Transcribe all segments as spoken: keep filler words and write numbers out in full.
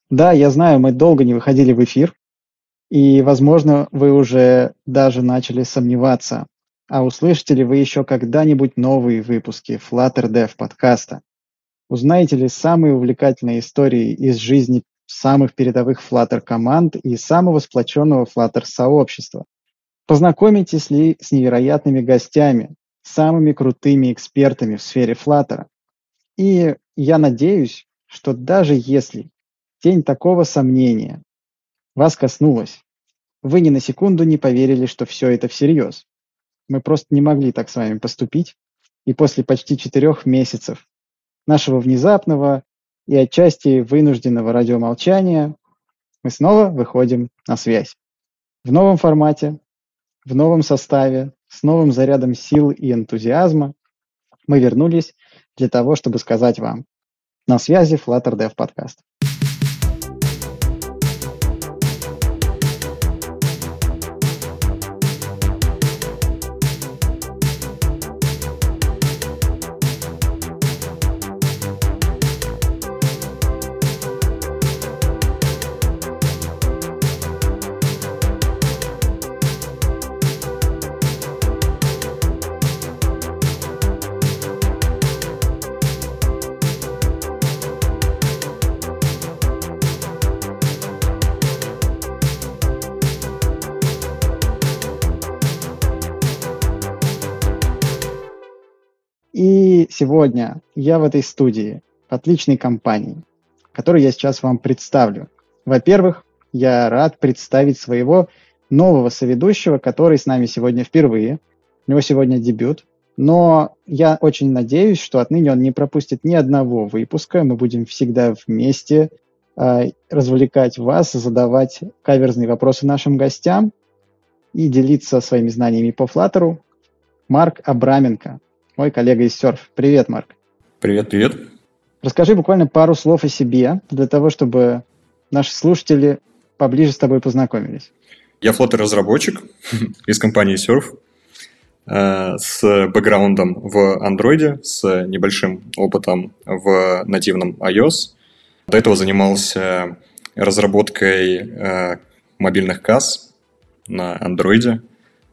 Да, я знаю, мы долго не выходили в эфир, и, возможно, вы уже даже начали сомневаться, а услышите ли вы еще когда-нибудь новые выпуски Flutter Dev подкаста? Узнаете ли самые увлекательные истории из жизни самых передовых Flutter команд и самого сплоченного Flutter сообщества? Познакомитесь ли с невероятными гостями, самыми крутыми экспертами в сфере Flutter? И я надеюсь, что даже если тень такого сомнения вас коснулась, вы ни на секунду не поверили, что все это всерьез. Мы просто не могли так с вами поступить, и после почти четырех месяцев нашего внезапного и отчасти вынужденного радиомолчания мы снова выходим на связь. В новом формате, в новом составе, с новым зарядом сил и энтузиазма мы вернулись для того, чтобы сказать вам: на связи Flutter Dev подкаст. И сегодня я в этой студии, в отличной компании, которую я сейчас вам представлю. Во-первых, я рад представить своего нового соведущего, который с нами сегодня впервые. У него сегодня дебют. Но я очень надеюсь, что отныне он не пропустит ни одного выпуска. Мы будем всегда вместе э, развлекать вас, задавать каверзные вопросы нашим гостям и делиться своими знаниями по Flutter. Марк Абраменко, мой коллега из Surf. Привет, Марк. Привет, привет. Расскажи буквально пару слов о себе, для того, чтобы наши слушатели поближе с тобой познакомились. Я Flutter-разработчик из компании Surf с бэкграундом в Android, с небольшим опытом в нативном iOS. До этого занимался разработкой мобильных касс на Android.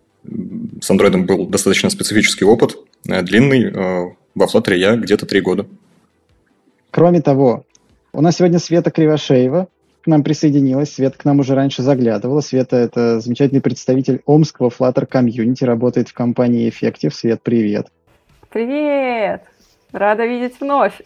С Android был достаточно специфический опыт, длинный. Во Flutter я где-то три года. Кроме того, у нас сегодня Света Кривошеева к нам присоединилась. Света к нам уже раньше заглядывала. Света – это замечательный представитель омского Flutter комьюнити, работает в компании Effective. Свет, привет. Привет! Рада видеть вновь.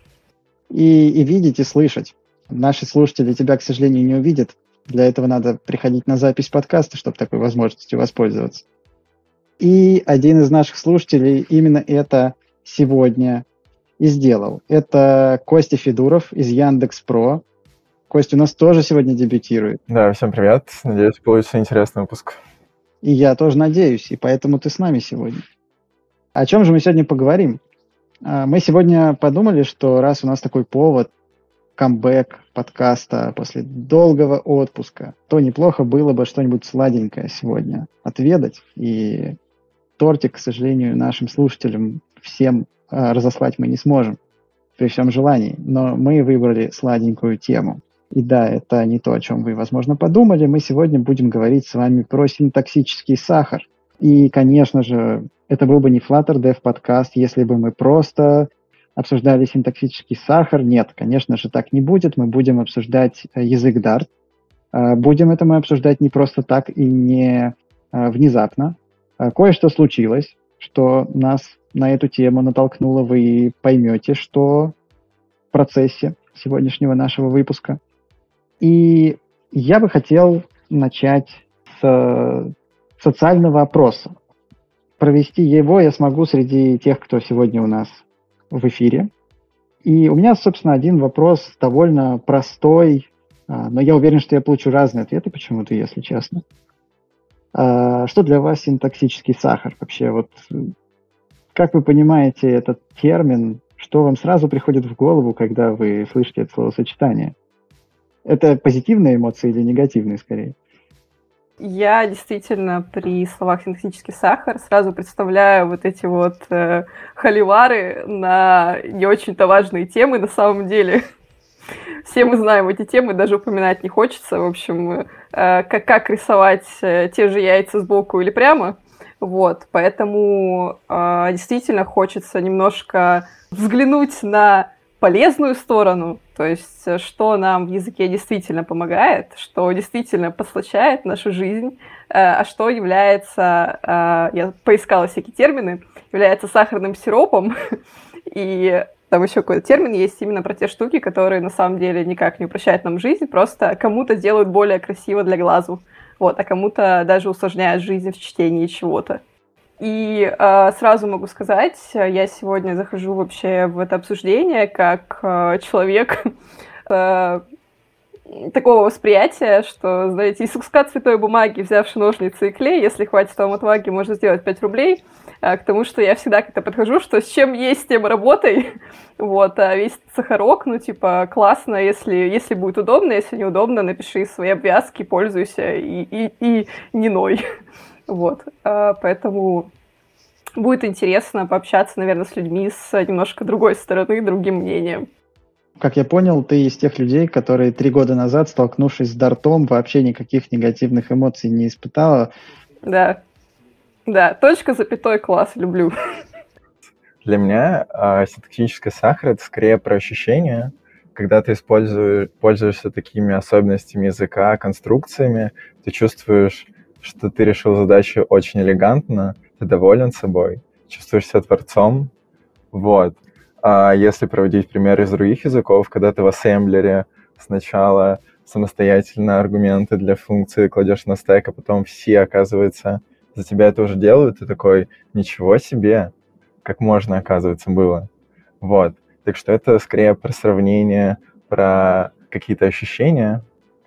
И, и видеть, и слышать. Наши слушатели тебя, к сожалению, не увидят. Для этого надо приходить на запись подкаста, чтобы такой возможностью воспользоваться. И один из наших слушателей именно это сегодня и сделал. Это Костя Федуров из Яндекс.Про. Костя у нас тоже сегодня дебютирует. Да, всем привет. Надеюсь, получится интересный выпуск. И я тоже надеюсь, и поэтому ты с нами сегодня. О чем же мы сегодня поговорим? Мы сегодня подумали, что раз у нас такой повод, камбэк подкаста после долгого отпуска, то неплохо было бы что-нибудь сладенькое сегодня отведать. И тортик, к сожалению, нашим слушателям всем э, разослать мы не сможем при всем желании. Но мы выбрали сладенькую тему. И да, это не то, о чем вы, возможно, подумали. Мы сегодня будем говорить с вами про синтаксический сахар. И, конечно же, это был бы не Flutter Dev подкаст, если бы мы просто обсуждали синтаксический сахар. Нет, конечно же, так не будет. Мы будем обсуждать язык Dart. Будем это мы обсуждать не просто так и не внезапно. Кое-что случилось, что нас на эту тему натолкнуло. Вы поймете, что в процессе сегодняшнего нашего выпуска. И я бы хотел начать с социального опроса. Провести его я смогу среди тех, кто сегодня у нас в эфире. И у меня, собственно, один вопрос довольно простой, но я уверен, что я получу разные ответы почему-то, если честно. Что для вас синтаксический сахар? Вообще, вот как вы понимаете этот термин? Что вам сразу приходит в голову, когда вы слышите это словосочетание? Это позитивные эмоции или негативные, скорее? Я действительно при словах синтаксический сахар сразу представляю вот эти вот э, холивары на не очень-то важные темы на самом деле. Все мы знаем эти темы, даже упоминать не хочется. В общем, как, как рисовать те же яйца сбоку или прямо. Вот, поэтому действительно хочется немножко взглянуть на полезную сторону, то есть что нам в языке действительно помогает, что действительно подслащает нашу жизнь, а что является, я поискала всякие термины, является сахарным сиропом, и там еще какой-то термин есть именно про те штуки, которые на самом деле никак не упрощают нам жизнь, просто кому-то делают более красиво для глазу, вот, а кому-то даже усложняют жизнь в чтении чего-то. И э, сразу могу сказать, я сегодня захожу вообще в это обсуждение как э, человек э, такого восприятия, что, знаете, из куска цветной бумаги, взявши ножницы и клей, если хватит вам отваги, можно сделать пять рублей, э, к тому, что я всегда как-то подхожу, что с чем есть, тем работай. Вот, а весь сахарок, ну, типа, классно, если, если будет удобно, если неудобно, напиши свои обвязки, пользуйся и, и, и не ной. Вот, поэтому будет интересно пообщаться, наверное, с людьми с немножко другой стороны, другим мнением. Как я понял, ты из тех людей, которые три года назад, столкнувшись с дартом, вообще никаких негативных эмоций не испытала. Да, да, точка, запятой, класс, люблю. Для меня э, синтаксический сахар — это скорее про ощущения, когда ты используешь, пользуешься такими особенностями языка, конструкциями, ты чувствуешь, что ты решил задачу очень элегантно, ты доволен собой, чувствуешь себя творцом. Вот. А если проводить примеры из других языков, когда ты в ассемблере сначала самостоятельно аргументы для функции кладешь на стэк, а потом все, оказывается, за тебя это уже делают, ты такой, ничего себе, как можно, оказывается, было. Вот. Так что это скорее про сравнение, про какие-то ощущения.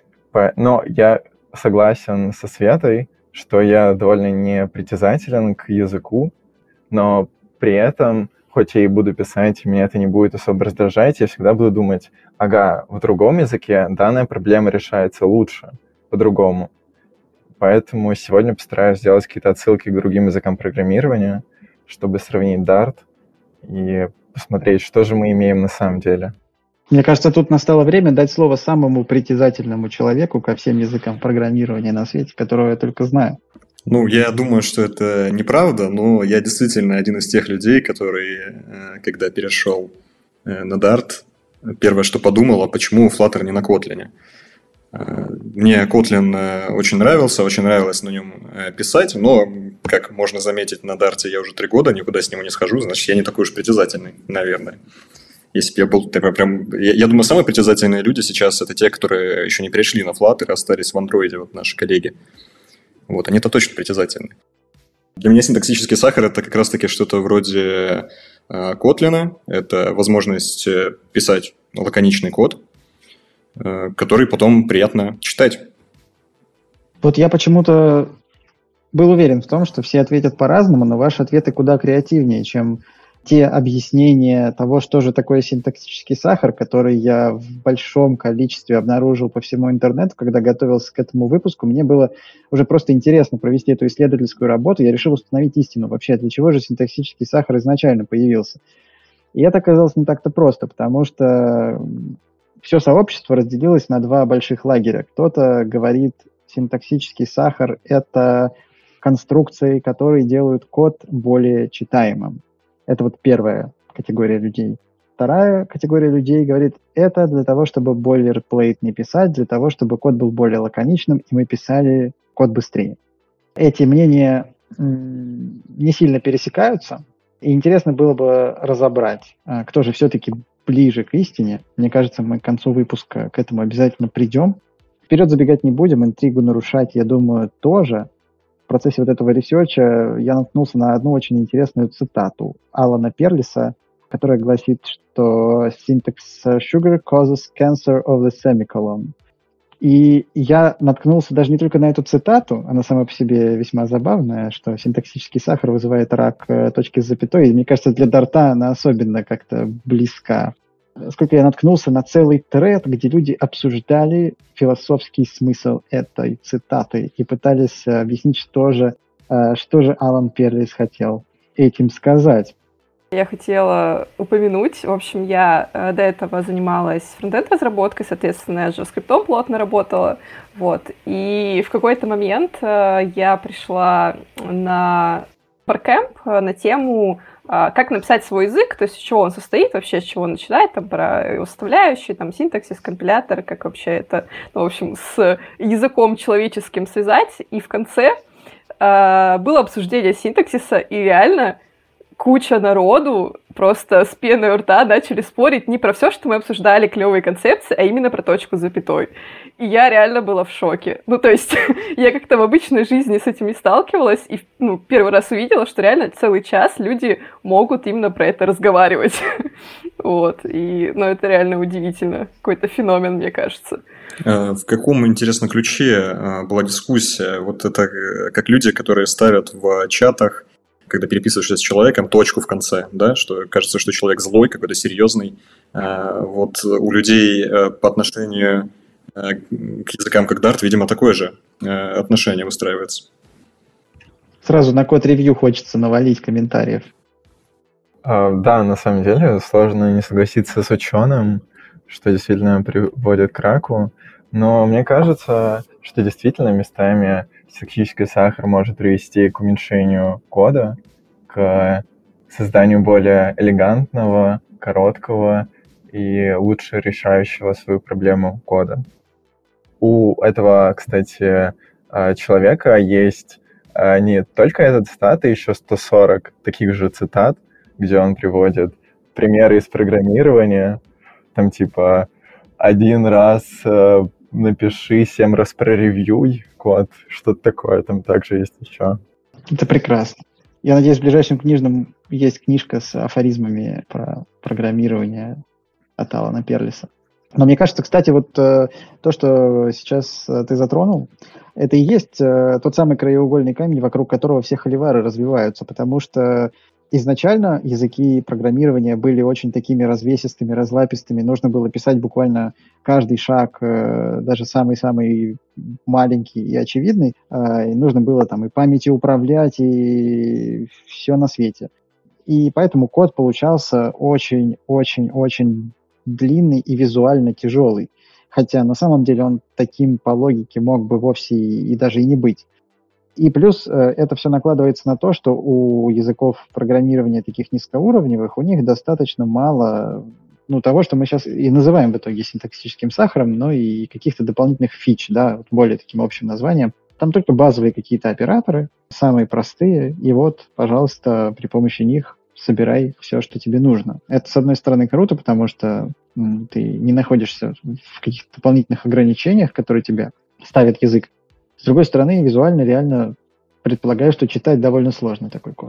Но я согласен со Светой, что я довольно непритязателен к языку, но при этом, хоть я и буду писать, меня это не будет особо раздражать, я всегда буду думать, ага, в другом языке данная проблема решается лучше, по-другому. Поэтому сегодня постараюсь сделать какие-то отсылки к другим языкам программирования, чтобы сравнить Dart и посмотреть, что же мы имеем на самом деле. Мне кажется, тут настало время дать слово самому притязательному человеку ко всем языкам программирования на свете, которого я только знаю. Ну, я думаю, что это неправда, но я действительно один из тех людей, который, когда перешел на Dart, первое, что подумал, а почему Flutter не на Kotlin? Мне Kotlin очень нравился, очень нравилось на нем писать, но, как можно заметить, на Dart я уже три года никуда с него не схожу, значит, я не такой уж притязательный, наверное. Если бы я был прям... Я, я думаю, самые притязательные люди сейчас это те, которые еще не перешли на Flutter, остались в Android, вот наши коллеги. Вот, они-то точно притязательны. Для меня синтаксический сахар – это как раз-таки что-то вроде э, Kotlin. Это возможность писать лаконичный код, э, который потом приятно читать. Вот я почему-то был уверен в том, что все ответят по-разному, но ваши ответы куда креативнее, чем те объяснения того, что же такое синтаксический сахар, который я в большом количестве обнаружил по всему интернету, когда готовился к этому выпуску. Мне было уже просто интересно провести эту исследовательскую работу. Я решил установить истину вообще, для чего же синтаксический сахар изначально появился. И это оказалось не так-то просто, потому что все сообщество разделилось на два больших лагеря. Кто-то говорит, синтаксический сахар – это конструкции, которые делают код более читаемым. Это вот первая категория людей. Вторая категория людей говорит, это для того, чтобы boilerplate не писать, для того, чтобы код был более лаконичным, и мы писали код быстрее. Эти мнения м- не сильно пересекаются, и интересно было бы разобрать, кто же все-таки ближе к истине. Мне кажется, мы к концу выпуска к этому обязательно придем. Вперед забегать не будем, интригу нарушать, я думаю, тоже. В процессе вот этого ресерча я наткнулся на одну очень интересную цитату Алана Перлиса, которая гласит, что syntax sugar causes cancer of the semicolon. И я наткнулся даже не только на эту цитату, она сама по себе весьма забавная, что синтаксический сахар вызывает рак точки с запятой, и мне кажется, для Дарта она особенно как-то близка. Сколько я наткнулся на целый тред, где люди обсуждали философский смысл этой цитаты и пытались объяснить, что же, что же Алан Перлис хотел этим сказать. Я хотела упомянуть, в общем, я э, до этого занималась фронтенд-разработкой, соответственно, я JavaScript плотно работала, вот, и в какой-то момент э, я пришла на Barcamp на тему, э, как написать свой язык, то есть из чего он состоит, вообще с чего он начинает, там, про его составляющие, там, синтаксис, компилятор, как вообще это, ну, в общем, с языком человеческим связать, и в конце э, было обсуждение синтаксиса, и реально куча народу просто с пеной у рта начали спорить не про все, что мы обсуждали, клевые концепции, а именно про точку с запятой. И я реально была в шоке. Ну, то есть, я как-то в обычной жизни с этим не сталкивалась, и ну, первый раз увидела, что реально целый час люди могут именно про это разговаривать. Вот. И, ну, это реально удивительно. Какой-то феномен, мне кажется. В каком, интересном ключе была дискуссия? Вот это как люди, которые ставят в чатах, когда переписываешься с человеком, точку в конце, да, что кажется, что человек злой, какой-то серьезный. Вот у людей по отношению к языкам как Dart, видимо, такое же отношение выстраивается. Сразу на код-ревью хочется навалить комментариев. Да, на самом деле сложно не согласиться с ученым, что действительно приводит к раку, но мне кажется, что действительно местами синтаксический сахар может привести к уменьшению кода, к созданию более элегантного, короткого и лучше решающего свою проблему кода. У этого, кстати, человека есть не только этот цитат, а еще сто сорок таких же цитат, где он приводит примеры из программирования, там типа один раз напиши, семь раз проревьюй код, что-то такое, там также есть еще. Это прекрасно. Я надеюсь, в ближайшем книжном есть книжка с афоризмами про программирование от Алана Перлиса. Но мне кажется, кстати, вот то, что сейчас ты затронул, это и есть тот самый краеугольный камень, вокруг которого все холивары развиваются, потому что изначально языки программирования были очень такими развесистыми, разлапистыми. Нужно было писать буквально каждый шаг, даже самый-самый маленький и очевидный. И нужно было там и памятью управлять, и все на свете. И поэтому код получался очень-очень-очень длинный и визуально тяжелый. Хотя на самом деле он таким по логике мог бы вовсе и даже и не быть. И плюс это все накладывается на то, что у языков программирования таких низкоуровневых, у них достаточно мало ну, того, что мы сейчас и называем в итоге синтаксическим сахаром, но и каких-то дополнительных фич, да, вот более таким общим названием. Там только базовые какие-то операторы, самые простые, и вот, пожалуйста, при помощи них собирай все, что тебе нужно. Это, с одной стороны, круто, потому что м, ты не находишься в каких-то дополнительных ограничениях, которые тебе ставит язык. С другой стороны, визуально реально предполагаю, что читать довольно сложно такой код.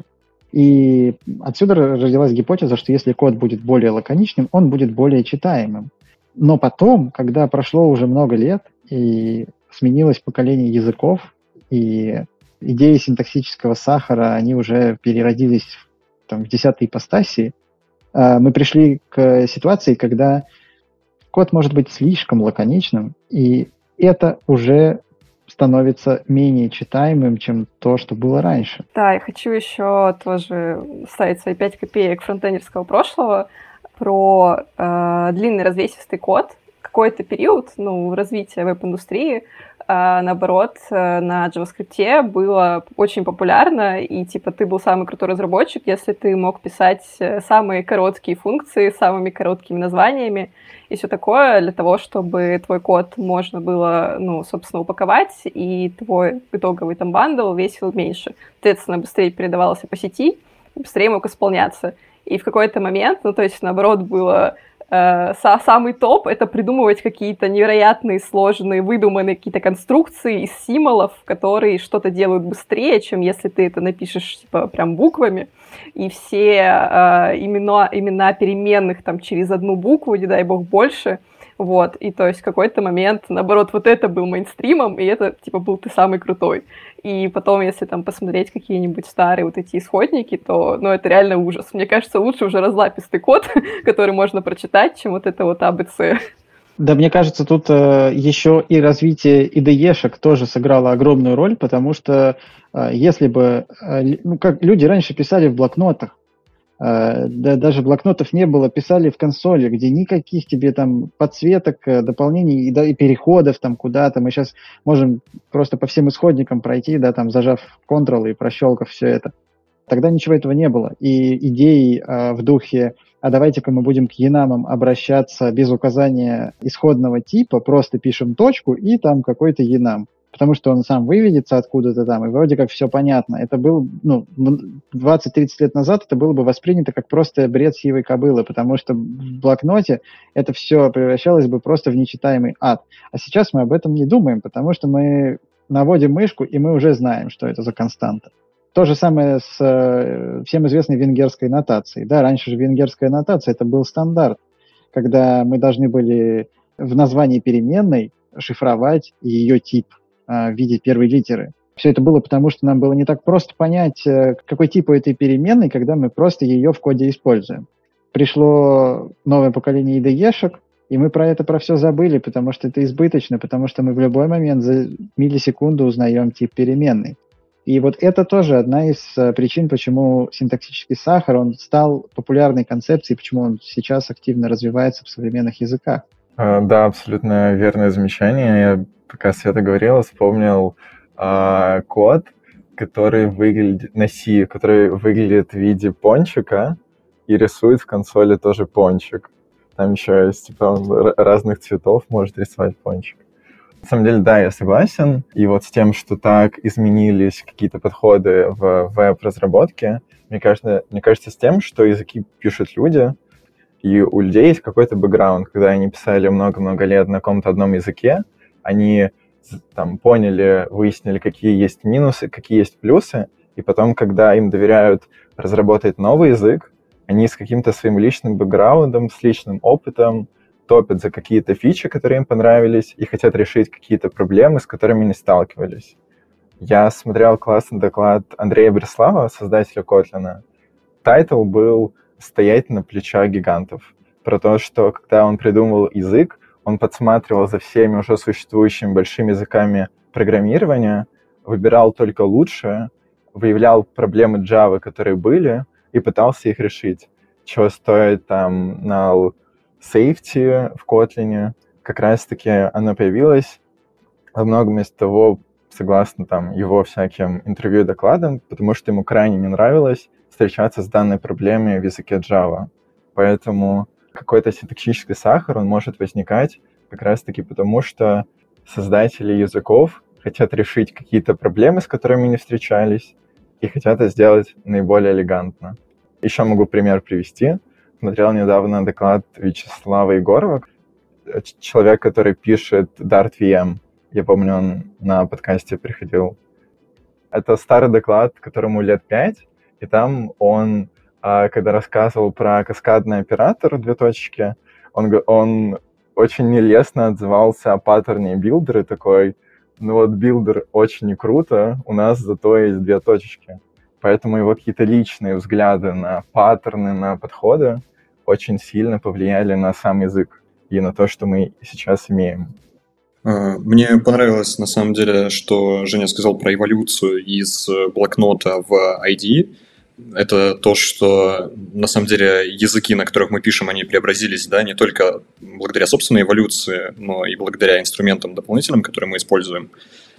И отсюда родилась гипотеза, что если код будет более лаконичным, он будет более читаемым. Но потом, когда прошло уже много лет, и сменилось поколение языков, и идеи синтаксического сахара, они уже переродились там, в десятой ипостаси, мы пришли к ситуации, когда код может быть слишком лаконичным, и это уже становится менее читаемым, чем то, что было раньше. Да, я хочу еще тоже ставить свои пять копеек фронтендерского прошлого про э, длинный развесистый код. Какой-то период ну, развития веб-индустрии, э, наоборот, э, на JavaScript было очень популярно, и типа ты был самый крутой разработчик, если ты мог писать самые короткие функции с самыми короткими названиями, и все такое для того, чтобы твой код можно было, ну, собственно, упаковать, и твой итоговый там бандл весил меньше. Соответственно, быстрее передавался по сети, быстрее мог исполняться. И в какой-то момент, ну, то есть, наоборот, было э, самый топ — это придумывать какие-то невероятные, сложные, выдуманные какие-то конструкции из символов, которые что-то делают быстрее, чем если ты это напишешь, типа, прям буквами. И все э, имена, имена переменных там через одну букву, не дай бог, больше. Вот. И то есть в какой-то момент, наоборот, вот это был мейнстримом, и это, типа, был ты самый крутой. И потом, если там посмотреть какие-нибудь старые вот эти исходники, то, ну, это реально ужас. Мне кажется, лучше уже разлапистый код, который можно прочитать, чем вот это вот а бэ цэ. Да, мне кажется, тут э, еще и развитие ай ди и-шек тоже сыграло огромную роль, потому что э, если бы, э, ну, как люди раньше писали в блокнотах, Да, даже блокнотов не было, писали в консоли, где никаких тебе там подсветок, дополнений и, да, и переходов там куда-то. Мы сейчас можем просто по всем исходникам пройти, да, там зажав Ctrl и прощелкав все это. Тогда ничего этого не было. И идеи э, в духе, а давайте-ка мы будем к енамам обращаться без указания исходного типа, просто пишем точку и там какой-то енам. Потому что он сам выведется откуда-то там, и вроде как все понятно. Это был, ну, двадцать-тридцать лет назад это было бы воспринято как просто бред сивой кобылы, потому что в блокноте это все превращалось бы просто в нечитаемый ад. А сейчас мы об этом не думаем, потому что мы наводим мышку, и мы уже знаем, что это за константа. То же самое с э, всем известной венгерской нотацией. Да, раньше же венгерская нотация это был стандарт, когда мы должны были в названии переменной шифровать ее тип в виде первой литеры. Все это было потому, что нам было не так просто понять, какой тип у этой переменной, когда мы просто ее в коде используем. Пришло новое поколение ай ди и-шек, и мы про это про все забыли, потому что это избыточно, потому что мы в любой момент за миллисекунду узнаем тип переменной. И вот это тоже одна из причин, почему синтаксический сахар, он стал популярной концепцией, почему он сейчас активно развивается в современных языках. Да, абсолютно верное замечание. Я, пока Света говорила, вспомнил э, код, который выглядит на C, который выглядит в виде пончика и рисует в консоли тоже пончик. Там еще есть типа он разных цветов может рисовать пончик. На самом деле, да, я согласен. И вот с тем, что так изменились какие-то подходы в веб-разработке, мне кажется, мне кажется, с тем, что языки пишут люди, и у людей есть какой-то бэкграунд, когда они писали много-много лет на каком-то одном языке, они там поняли, выяснили, какие есть минусы, какие есть плюсы, и потом, когда им доверяют разработать новый язык, они с каким-то своим личным бэкграундом, с личным опытом топят за какие-то фичи, которые им понравились, и хотят решить какие-то проблемы, с которыми не сталкивались. Я смотрел классный доклад Андрея Берслава, создателя Kotlin. Тайтл был «Стоять на плечах гигантов». Про то, что когда он придумывал язык, он подсматривал за всеми уже существующими большими языками программирования, выбирал только лучшее, выявлял проблемы Java, которые были, и пытался их решить. Чего стоит там null safety в Kotlin. Как раз-таки оно появилось во многом из того, согласно там его всяким интервью и докладам, потому что ему крайне не нравилось встречаться с данной проблемой в языке Java. Поэтому какой-то синтаксический сахар, он может возникать как раз-таки потому, что создатели языков хотят решить какие-то проблемы, с которыми не встречались, и хотят это сделать наиболее элегантно. Еще могу пример привести. Смотрел недавно доклад Вячеслава Егорова, человек, который пишет Dart ви эм. Я помню, он на подкасте приходил. Это старый доклад, которому лет пять, и там он, когда рассказывал про каскадный оператор, две точки, он, он очень нелестно отзывался о паттерне билдера, такой, ну вот билдер очень круто, у нас зато есть две точечки. Поэтому его какие-то личные взгляды на паттерны, на подходы очень сильно повлияли на сам язык и на то, что мы сейчас имеем. Мне понравилось, на самом деле, что Женя сказал про эволюцию из блокнота в ай ди и. Это то, что, на самом деле, языки, на которых мы пишем, они преобразились, да, не только благодаря собственной эволюции, но и благодаря инструментам дополнительным, которые мы используем.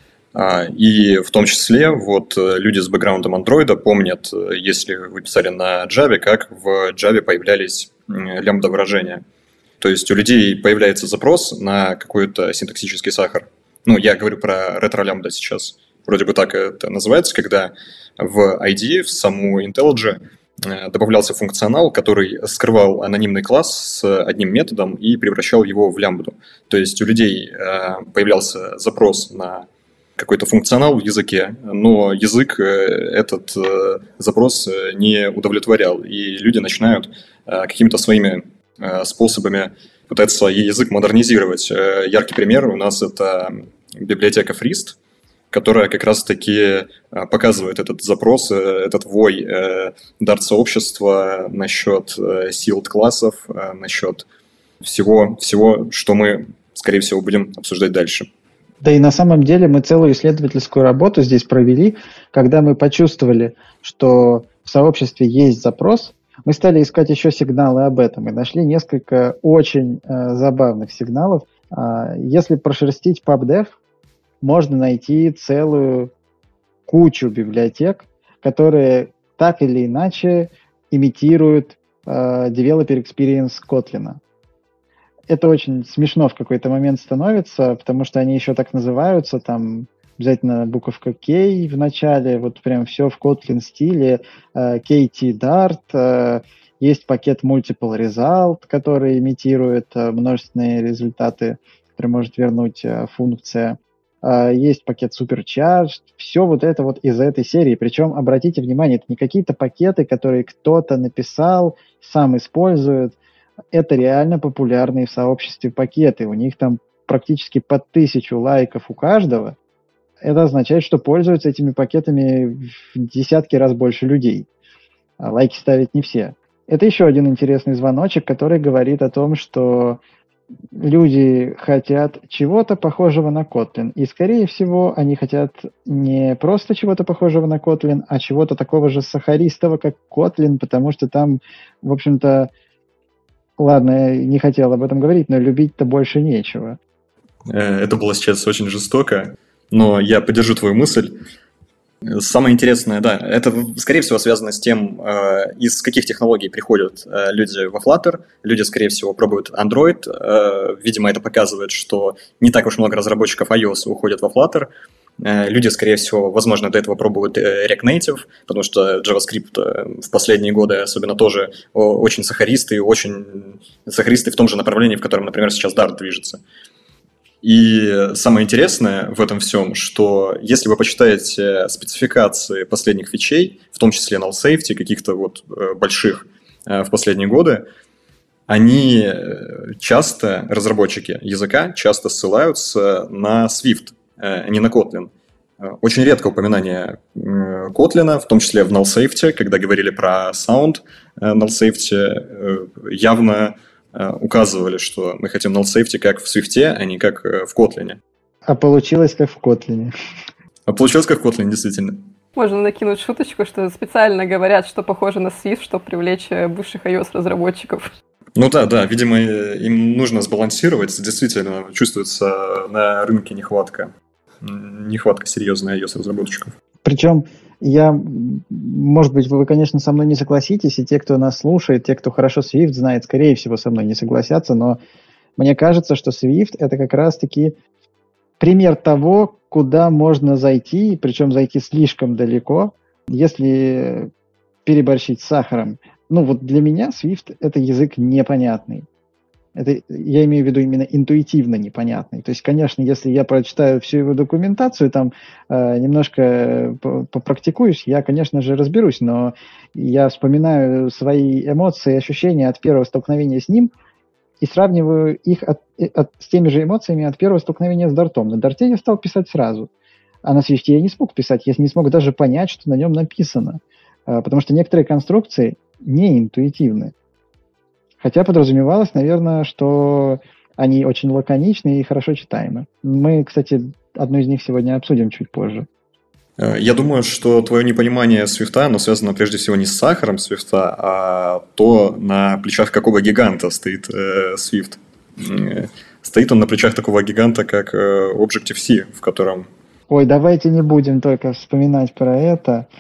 И в том числе вот люди с бэкграундом Android помнят, если вы писали на Java, как в Java появлялись лямбда-выражения. То есть у людей появляется запрос на какой-то синтаксический сахар. Ну, я говорю про ретро-лямбда сейчас. Вроде бы так это называется, когда в ай ди и, в саму IntelliJ добавлялся функционал, который скрывал анонимный класс с одним методом и превращал его в лямбду. То есть у людей появлялся запрос на какой-то функционал в языке, но язык этот запрос не удовлетворял, и люди начинают какими-то своими способами пытаться язык модернизировать. Яркий пример у нас это библиотека Frist, которая как раз-таки показывает этот запрос, этот вой Dart-сообщества насчет sealed-классов, насчет всего, всего, что мы, скорее всего, будем обсуждать дальше. Да и на самом деле мы целую исследовательскую работу здесь провели, когда мы почувствовали, что в сообществе есть запрос, Мы стали искать еще сигналы об этом и нашли несколько очень э, забавных сигналов. Э, если прошерстить PubDev, можно найти целую кучу библиотек, которые так или иначе имитируют э, developer experience Kotlin. Это очень смешно в какой-то момент становится, потому что они еще так называются, там обязательно буковка K в начале, вот прям все в Kotlin стиле, э, кей ти Dart, э, есть пакет Multiple Result, который имитирует э, множественные результаты, которые может вернуть э, функция. Э, есть пакет Supercharged, все вот это вот из этой серии. Причем, обратите внимание, это не какие-то пакеты, которые кто-то написал, сам использует. Это реально популярные в сообществе пакеты. У них там практически по тысячу лайков у каждого. Это означает, что пользуются этими пакетами в десятки раз больше людей. А лайки ставят не все. Это еще один интересный звоночек, который говорит о том, что люди хотят чего-то похожего на Kotlin. И, скорее всего, они хотят не просто чего-то похожего на Kotlin, а чего-то такого же сахаристого, как Kotlin, потому что там, в общем-то, ладно, я не хотел об этом говорить, но любить-то больше нечего. Это было сейчас очень жестоко. Но я поддержу твою мысль. Самое интересное, да, это, скорее всего, связано с тем, э, из каких технологий приходят э, люди во Flutter. Люди, скорее всего, пробуют Android. Э, видимо, это показывает, что не так уж много разработчиков iOS уходят во Flutter. Э, люди, скорее всего, возможно, до этого пробуют э, React Native, потому что JavaScript э, в последние годы особенно тоже о, очень сахаристый, очень сахаристый в том же направлении, в котором, например, сейчас Dart движется. И самое интересное в этом всем, что если вы почитаете спецификации последних фичей, в том числе null safety, каких-то вот больших в последние годы, они часто, разработчики языка, часто ссылаются на Swift, а не на Kotlin. Очень редко упоминание Kotlin, в том числе в null safety, когда говорили про sound null safety, явно указывали, что мы хотим null safety как в Swift, а не как в Kotlin. А получилось как в Kotlin. А получилось как в Kotlin, действительно. Можно накинуть шуточку, что специально говорят, что похоже на Swift, чтобы привлечь бывших iOS-разработчиков. Ну да, да, видимо, им нужно сбалансировать. Действительно, чувствуется на рынке нехватка. Нехватка серьезная iOS-разработчиков. Причем я, может быть, вы, конечно, со мной не согласитесь, и те, кто нас слушает, те, кто хорошо Swift знает, скорее всего, со мной не согласятся, но мне кажется, что Swift – это как раз-таки пример того, куда можно зайти, причем зайти слишком далеко, если переборщить с сахаром. Ну вот для меня Swift – это язык непонятный. Это, я имею в виду именно интуитивно непонятный. То есть, конечно, если я прочитаю всю его документацию, там э, немножко попрактикуюсь, я, конечно же, разберусь, но я вспоминаю свои эмоции, ощущения от первого столкновения с ним и сравниваю их от, от, с теми же эмоциями от первого столкновения с Дартом. На Дарте я стал писать сразу, а на Свифте я не смог писать, я не смог даже понять, что на нем написано, э, потому что некоторые конструкции не интуитивны. Хотя подразумевалось, наверное, что они очень лаконичны и хорошо читаемы. Мы, кстати, одну из них сегодня обсудим чуть позже. Я думаю, что твое непонимание Свифта, оно связано прежде всего не с сахаром Свифта, а то, на плечах какого гиганта стоит э, Swift. Стоит он на плечах такого гиганта, как э, Objective-C, в котором... Ой, давайте не будем только вспоминать про это.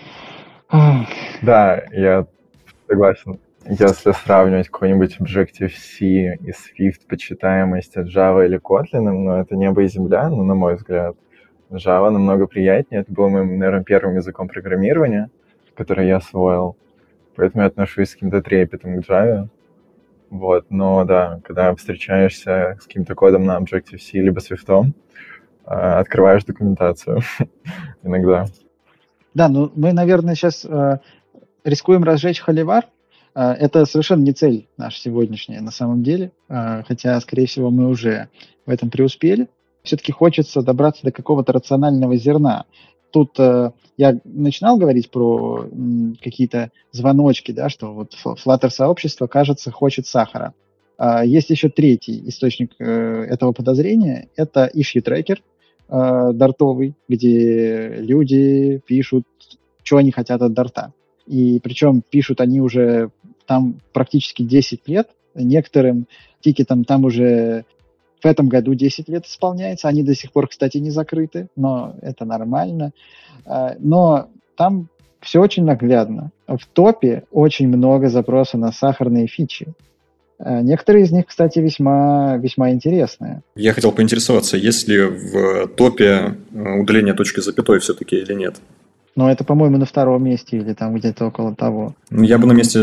Да, я согласен. Если сравнивать какой-нибудь Objective-C и Swift по читаемости Java или Kotlin, ну, это небо и земля, ну, на мой взгляд. Java намного приятнее. Это был моим, наверное, первым языком программирования, который я освоил. Поэтому я отношусь с каким-то трепетом к Java. Вот. Но, да, когда встречаешься с каким-то кодом на Objective-C либо Swift, открываешь документацию иногда. Да, ну, мы, наверное, сейчас э, рискуем разжечь холивар. Это совершенно не цель наша сегодняшняя на самом деле, хотя, скорее всего, мы уже в этом преуспели. Все-таки хочется добраться до какого-то рационального зерна. Тут я начинал говорить про какие-то звоночки, да, что вот Flutter-сообщество, кажется, хочет сахара. Есть еще третий источник этого подозрения, это issue tracker дартовый, где люди пишут, что они хотят от дарта. И причем пишут они уже там практически десять лет, некоторым тикетам там уже в этом году десять лет исполняется, они до сих пор, кстати, не закрыты, но это нормально. Но там все очень наглядно. В топе очень много запросов на сахарные фичи. Некоторые из них, кстати, весьма, весьма интересные. Я хотел поинтересоваться, есть ли в топе удаление точки запятой все-таки или нет? Ну, это, по-моему, на втором месте или там где-то около того. Я бы на месте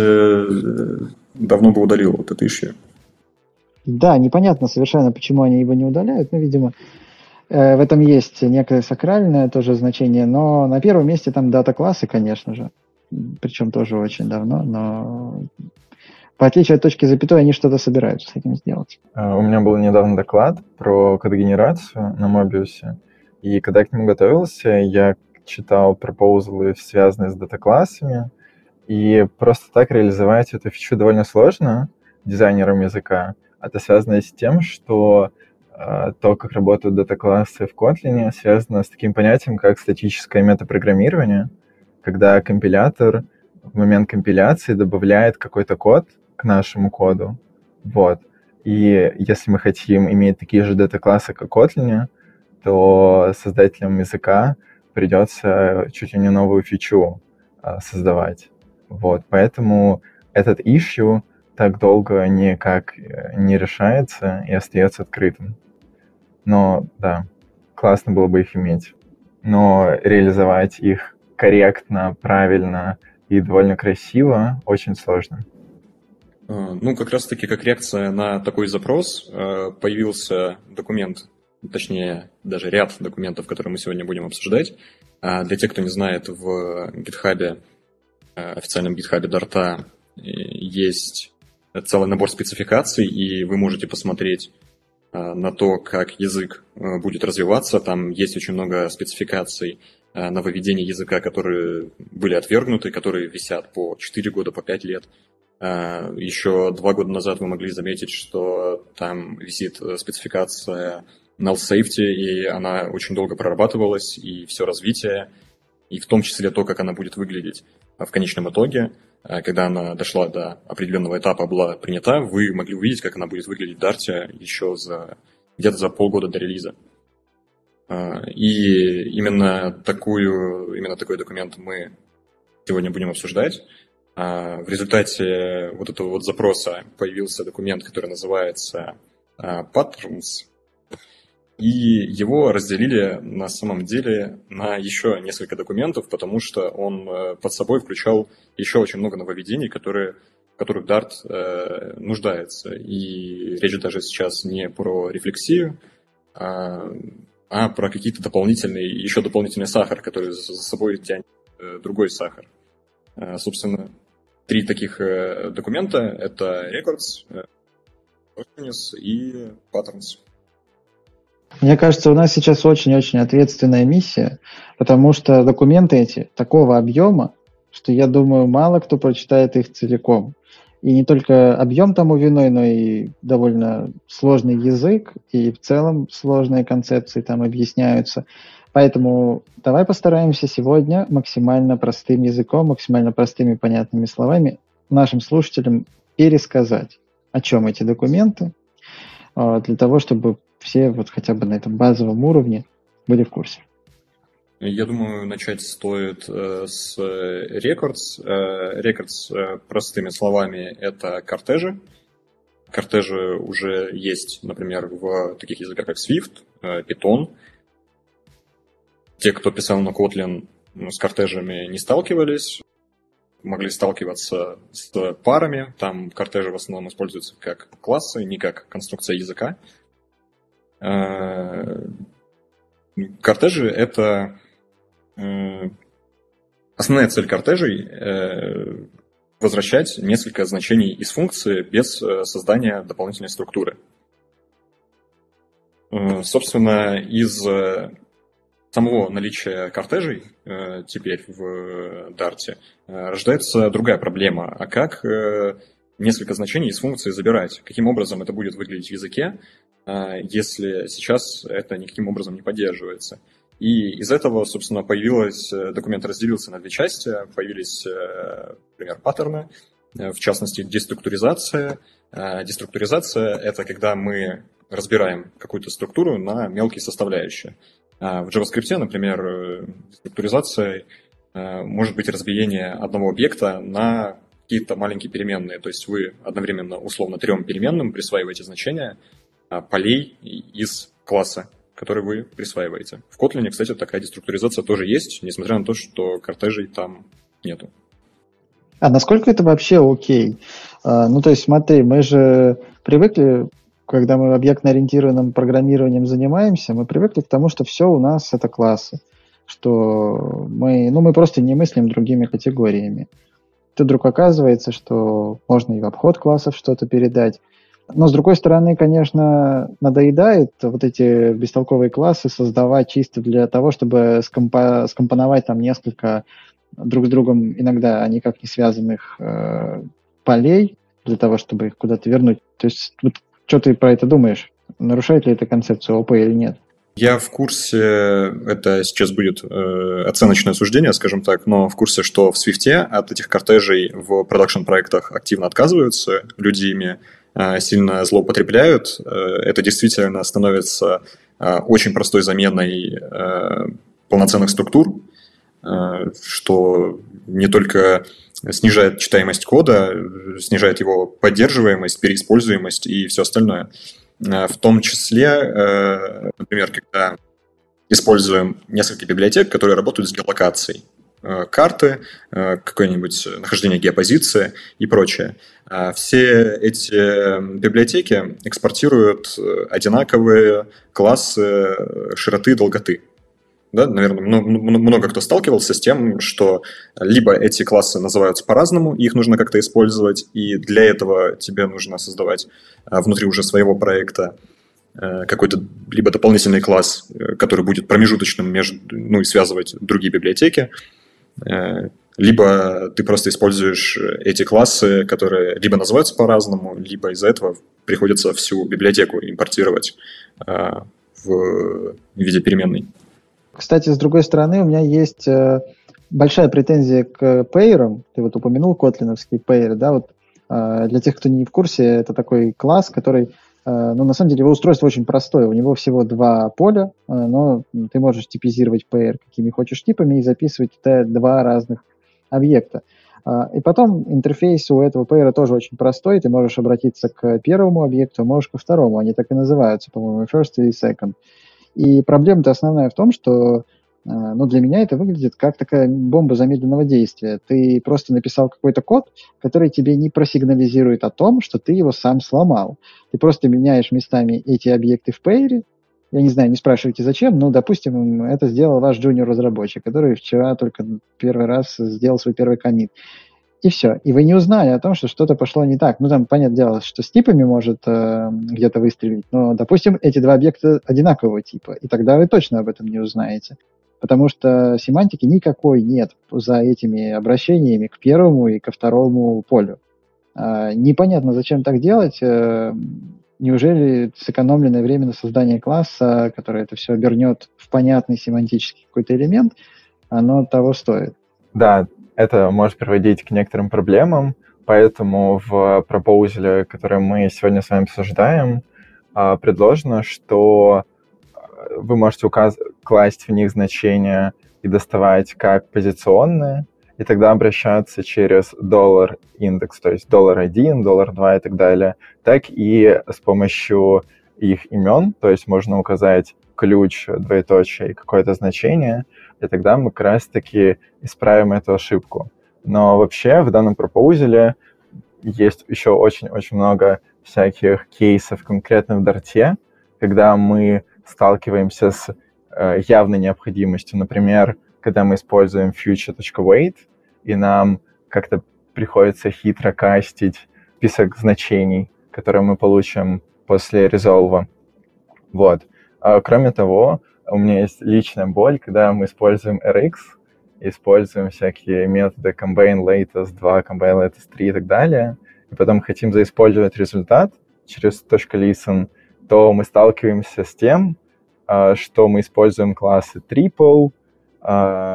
давно бы удалил вот это issue. Да, непонятно совершенно, почему они его не удаляют, но, видимо, в этом есть некое сакральное тоже значение, но на первом месте там дата-классы, конечно же, причем тоже очень давно, но по отличию от точки запятой, они что-то собираются с этим сделать. У меня был недавно доклад про кодогенерацию на Mobius, и когда я к нему готовился, я читал пропоузлы, связанные с дата-классами, и просто так реализовать эту фичу довольно сложно дизайнерам языка. Это связано с тем, что э, то, как работают дата-классы в Kotlin, связано с таким понятием, как статическое метапрограммирование, когда компилятор в момент компиляции добавляет какой-то код к нашему коду. Вот. И если мы хотим иметь такие же дата-классы, как в Kotlin, то создателям языка придется чуть ли не новую фичу э, создавать. Вот. Поэтому этот issue так долго никак не решается и остается открытым. Но, да, классно было бы их иметь. Но реализовать их корректно, правильно и довольно красиво очень сложно. Ну, как раз-таки, как реакция на такой запрос, появился документ, точнее, даже ряд документов, которые мы сегодня будем обсуждать. Для тех, кто не знает, в GitHub, официальном GitHub Dart, есть целый набор спецификаций, и вы можете посмотреть на то, как язык будет развиваться. Там есть очень много спецификаций нововведений языка, которые были отвергнуты, которые висят по четыре года, по пять лет. Еще два года назад вы могли заметить, что там висит спецификация null safety, и она очень долго прорабатывалась, и все развитие, и в том числе то, как она будет выглядеть в конечном итоге. Когда она дошла до определенного этапа, была принята, вы могли увидеть, как она будет выглядеть в Dart еще за, где-то за полгода до релиза. И именно, такую, именно такой документ мы сегодня будем обсуждать. В результате вот этого вот запроса появился документ, который называется Patterns, и его разделили на самом деле на еще несколько документов, потому что он под собой включал еще очень много нововведений, которые, в которых Dart э, нуждается. И речь даже сейчас не про рефлексию, а, а про какие-то дополнительные, еще дополнительный сахар, который за собой тянет э, другой сахар. Э, собственно, три таких э, документа — это Records, э, и Patterns. Мне кажется, у нас сейчас очень-очень ответственная миссия, потому что документы эти такого объема, что, я думаю, мало кто прочитает их целиком. И не только объем тому виной, но и довольно сложный язык, и в целом сложные концепции там объясняются. Поэтому давай постараемся сегодня максимально простым языком, максимально простыми понятными словами нашим слушателям пересказать, о чем эти документы, для того, чтобы все вот хотя бы на этом базовом уровне были в курсе. Я думаю, начать стоит э, с Records. Э, Records, э, простыми словами, это кортежи. Кортежи уже есть, например, в таких языках, как Swift, э, Python. Те, кто писал на Kotlin, с кортежами не сталкивались, могли сталкиваться с парами. Там кортежи в основном используются как классы, не как конструкция языка. Кортежи — это основная цель кортежей — возвращать несколько значений из функции без создания дополнительной структуры. Собственно, из самого наличия кортежей теперь в Dart рождается другая проблема. А как несколько значений из функции забирать? Каким образом это будет выглядеть в языке, если сейчас это никаким образом не поддерживается? И из этого, собственно, появилось, документ разделился на две части. Появились, например, паттерны, в частности, деструктуризация. Деструктуризация – это когда мы разбираем какую-то структуру на мелкие составляющие. В JavaScript, например, деструктуризацией может быть разбиение одного объекта на какие-то маленькие переменные. То есть вы одновременно условно трем переменным присваиваете значения полей из класса, который вы присваиваете. В Kotlin, кстати, такая деструктуризация тоже есть, несмотря на то, что кортежей там нету. А насколько это вообще окей? А, ну, то есть, смотри, мы же привыкли, когда мы объектно-ориентированным программированием занимаемся, мы привыкли к тому, что все у нас это классы, что мы, ну, мы просто не мыслим другими категориями. Тут вдруг оказывается, что можно и в обход классов что-то передать. Но, с другой стороны, конечно, надоедает вот эти бестолковые классы создавать чисто для того, чтобы скомпо- скомпоновать там несколько друг с другом иногда никак не связанных э, полей для того, чтобы их куда-то вернуть. То есть, вот, что ты про это думаешь? Нарушает ли это концепцию ОП или нет? Я в курсе, это сейчас будет э, оценочное суждение, скажем так, но в курсе, что в Swift от этих кортежей в продакшн-проектах активно отказываются, люди ими э, сильно злоупотребляют. Э, это действительно становится э, очень простой заменой э, полноценных структур, э, что не только снижает читаемость кода, снижает его поддерживаемость, переиспользуемость и все остальное. В том числе, например, когда используем несколько библиотек, которые работают с геолокацией. Карты, какое-нибудь нахождение геопозиции и прочее. Все эти библиотеки экспортируют одинаковые классы широты и долготы. Да, наверное, много кто сталкивался с тем, что либо эти классы называются по-разному, их нужно как-то использовать, и для этого тебе нужно создавать внутри уже своего проекта какой-то либо дополнительный класс, который будет промежуточным между, ну, и связывать другие библиотеки, либо ты просто используешь эти классы, которые либо называются по-разному, либо из-за этого приходится всю библиотеку импортировать в виде переменной. Кстати, с другой стороны, у меня есть э, большая претензия к пейерам. Ты вот упомянул котлиновские пейеры, да, вот э, для тех, кто не в курсе, это такой класс, который, э, ну, на самом деле, его устройство очень простое. У него всего два поля, э, но ты можешь типизировать пейер какими хочешь типами и записывать туда два разных объекта. Э, и потом интерфейс у этого пейера тоже очень простой. Ты можешь обратиться к первому объекту, можешь ко второму. Они так и называются, по-моему, first и second. И проблема-то основная в том, что ну, для меня это выглядит как такая бомба замедленного действия. Ты просто написал какой-то код, который тебе не просигнализирует о том, что ты его сам сломал. Ты просто меняешь местами эти объекты в пейере. Я не знаю, не спрашивайте зачем, но, допустим, это сделал ваш джуниор-разработчик, который вчера только первый раз сделал свой первый коммит. И все. И вы не узнали о том, что что-то пошло не так. Ну, там, понятное дело, что с типами может э, где-то выстрелить, но, допустим, эти два объекта одинакового типа, и тогда вы точно об этом не узнаете. Потому что семантики никакой нет за этими обращениями к первому и ко второму полю. Э, непонятно, зачем так делать. Э, неужели сэкономленное время на создание класса, которое это все обернет в понятный семантический какой-то элемент, оно того стоит? Да, это может приводить к некоторым проблемам, поэтому в пропоузале, который мы сегодня с вами обсуждаем, предложено, что вы можете указ- класть в них значения и доставать как позиционные, и тогда обращаться через доллар индекс, то есть доллар один, доллар два и так далее, так и с помощью их имен, то есть можно указать ключ, двоеточие и какое-то значение, и тогда мы как раз-таки исправим эту ошибку. Но вообще в данном пропоузале есть еще очень-очень много всяких кейсов конкретно в Дарте, когда мы сталкиваемся с э, явной необходимостью. Например, когда мы используем future.wait, и нам как-то приходится хитро кастить список значений, которые мы получим после resolve. Вот. А, кроме того, у меня есть личная боль, когда мы используем эр икс, используем всякие методы combine latest два, combine latest три и так далее, и потом хотим заиспользовать результат через .listen, то мы сталкиваемся с тем, что мы используем классы triple,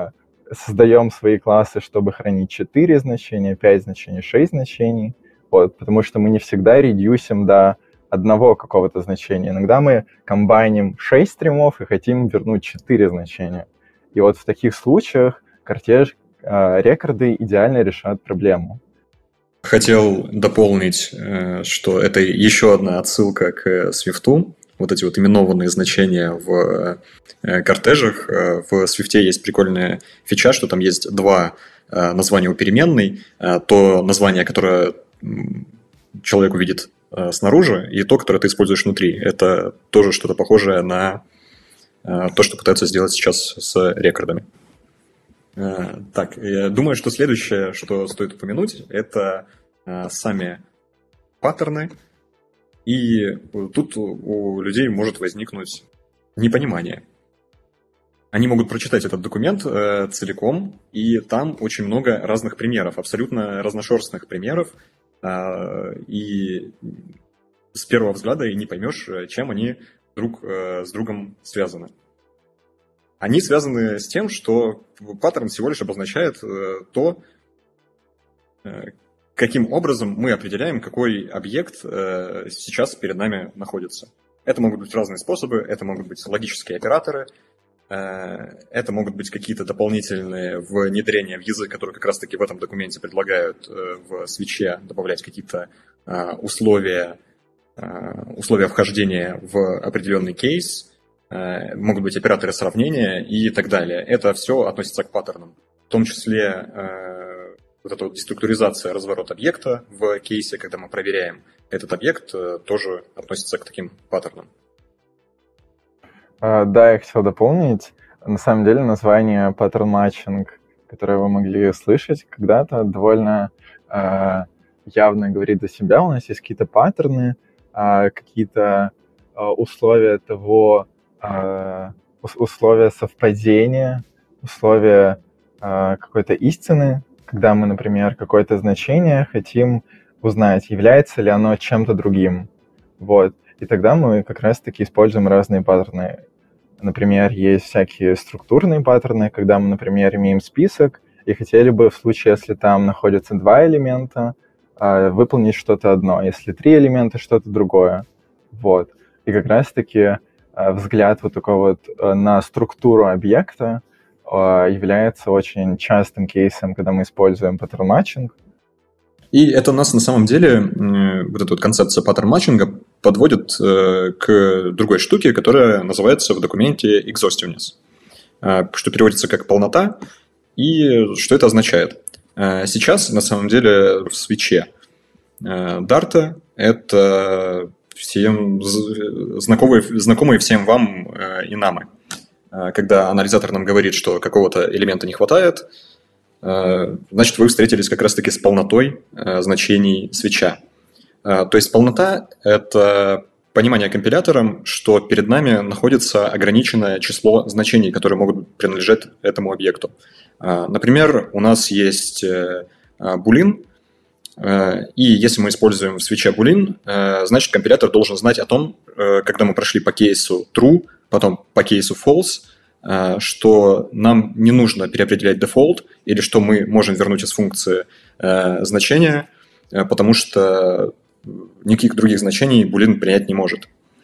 создаем свои классы, чтобы хранить четыре значения, пять значений, шесть значений, вот, потому что мы не всегда редюсим до одного какого-то значения. Иногда мы комбайним шесть стримов и хотим вернуть четыре значения. И вот в таких случаях кортеж э, рекорды идеально решают проблему. Хотел дополнить, что это еще одна отсылка к Свифту. Вот эти вот именованные значения в кортежах. В Swift есть прикольная фича, что там есть два названия у переменной. То название, которое человек увидит снаружи, и то, которое ты используешь внутри. Это тоже что-то похожее на то, что пытаются сделать сейчас с рекордами. Так, я думаю, что следующее, что стоит упомянуть, это сами паттерны. И тут у людей может возникнуть непонимание. Они могут прочитать этот документ э, целиком, и там очень много разных примеров, абсолютно разношерстных примеров, э, и с первого взгляда и не поймешь, чем они друг э, с другом связаны. Они связаны с тем, что паттерн всего лишь обозначает э, то, э, каким образом мы определяем, какой объект э, сейчас перед нами находится. Это могут быть разные способы, это могут быть логические операторы, э, это могут быть какие-то дополнительные внедрения в язык, которые как раз-таки в этом документе предлагают э, в свитче добавлять какие-то э, условия, э, условия вхождения в определенный кейс, э, могут быть операторы сравнения и так далее. Это все относится к паттернам, в том числе э, вот эта вот деструктуризация, разворот объекта в кейсе, когда мы проверяем этот объект, тоже относится к таким паттернам. Да, я хотел дополнить. На самом деле название pattern matching, которое вы могли слышать когда-то, довольно э, явно говорит за себя. У нас есть какие-то паттерны, э, какие-то э, условия того, э, условия совпадения, условия э, какой-то истины, когда мы, например, какое-то значение хотим узнать, является ли оно чем-то другим. Вот. И тогда мы как раз-таки используем разные паттерны. Например, есть всякие структурные паттерны, когда мы, например, имеем список и хотели бы в случае, если там находятся два элемента, выполнить что-то одно, если три элемента, что-то другое. Вот. И как раз-таки взгляд вот такой вот на структуру объекта является очень частым кейсом, когда мы используем паттерн-матчинг. И это нас на самом деле, вот эта вот концепция паттерн-матчинга подводит к другой штуке, которая называется в документе exhaustiveness, что переводится как полнота, и что это означает. Сейчас, на самом деле, в свитче Dart это всем знакомые, знакомые всем вам инамы. Когда анализатор нам говорит, что какого-то элемента не хватает, значит, вы встретились как раз-таки с полнотой значений свитча. То есть полнота – это понимание компилятором, что перед нами находится ограниченное число значений, которые могут принадлежать этому объекту. Например, у нас есть boolean, и если мы используем в свитче boolean, значит, компилятор должен знать о том, когда мы прошли по кейсу true, потом по кейсу false, что нам не нужно переопределять default, или что мы можем вернуть из функции значения, потому что никаких других значений boolean принять не может.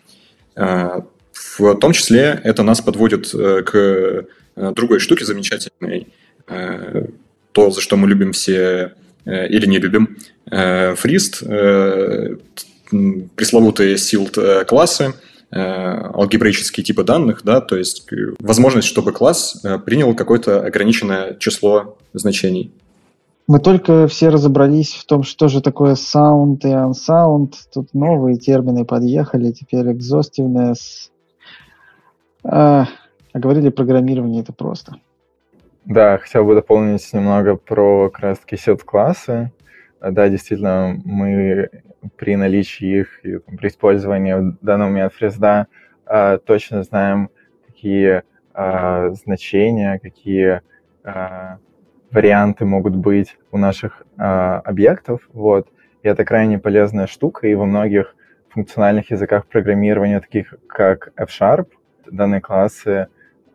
В том числе это нас подводит к другой штуке замечательной, то, за что мы любим все или не любим, фрист, пресловутые sealed классы, алгебраические типы данных, да, то есть возможность, чтобы класс принял какое-то ограниченное число значений. Мы только все разобрались в том, что же такое sound и unsound. Тут новые термины подъехали, теперь exhaustiveness. А, а говорили, программирование это просто. Да, хотел бы дополнить немного про как раз-таки sealed-классы. Да, действительно, мы при наличии их и там, при использовании данного метода фрезда э, точно знаем, какие э, значения, какие э, варианты могут быть у наших э, объектов. Вот. И это крайне полезная штука, и во многих функциональных языках программирования, таких как F-Sharp, данные классы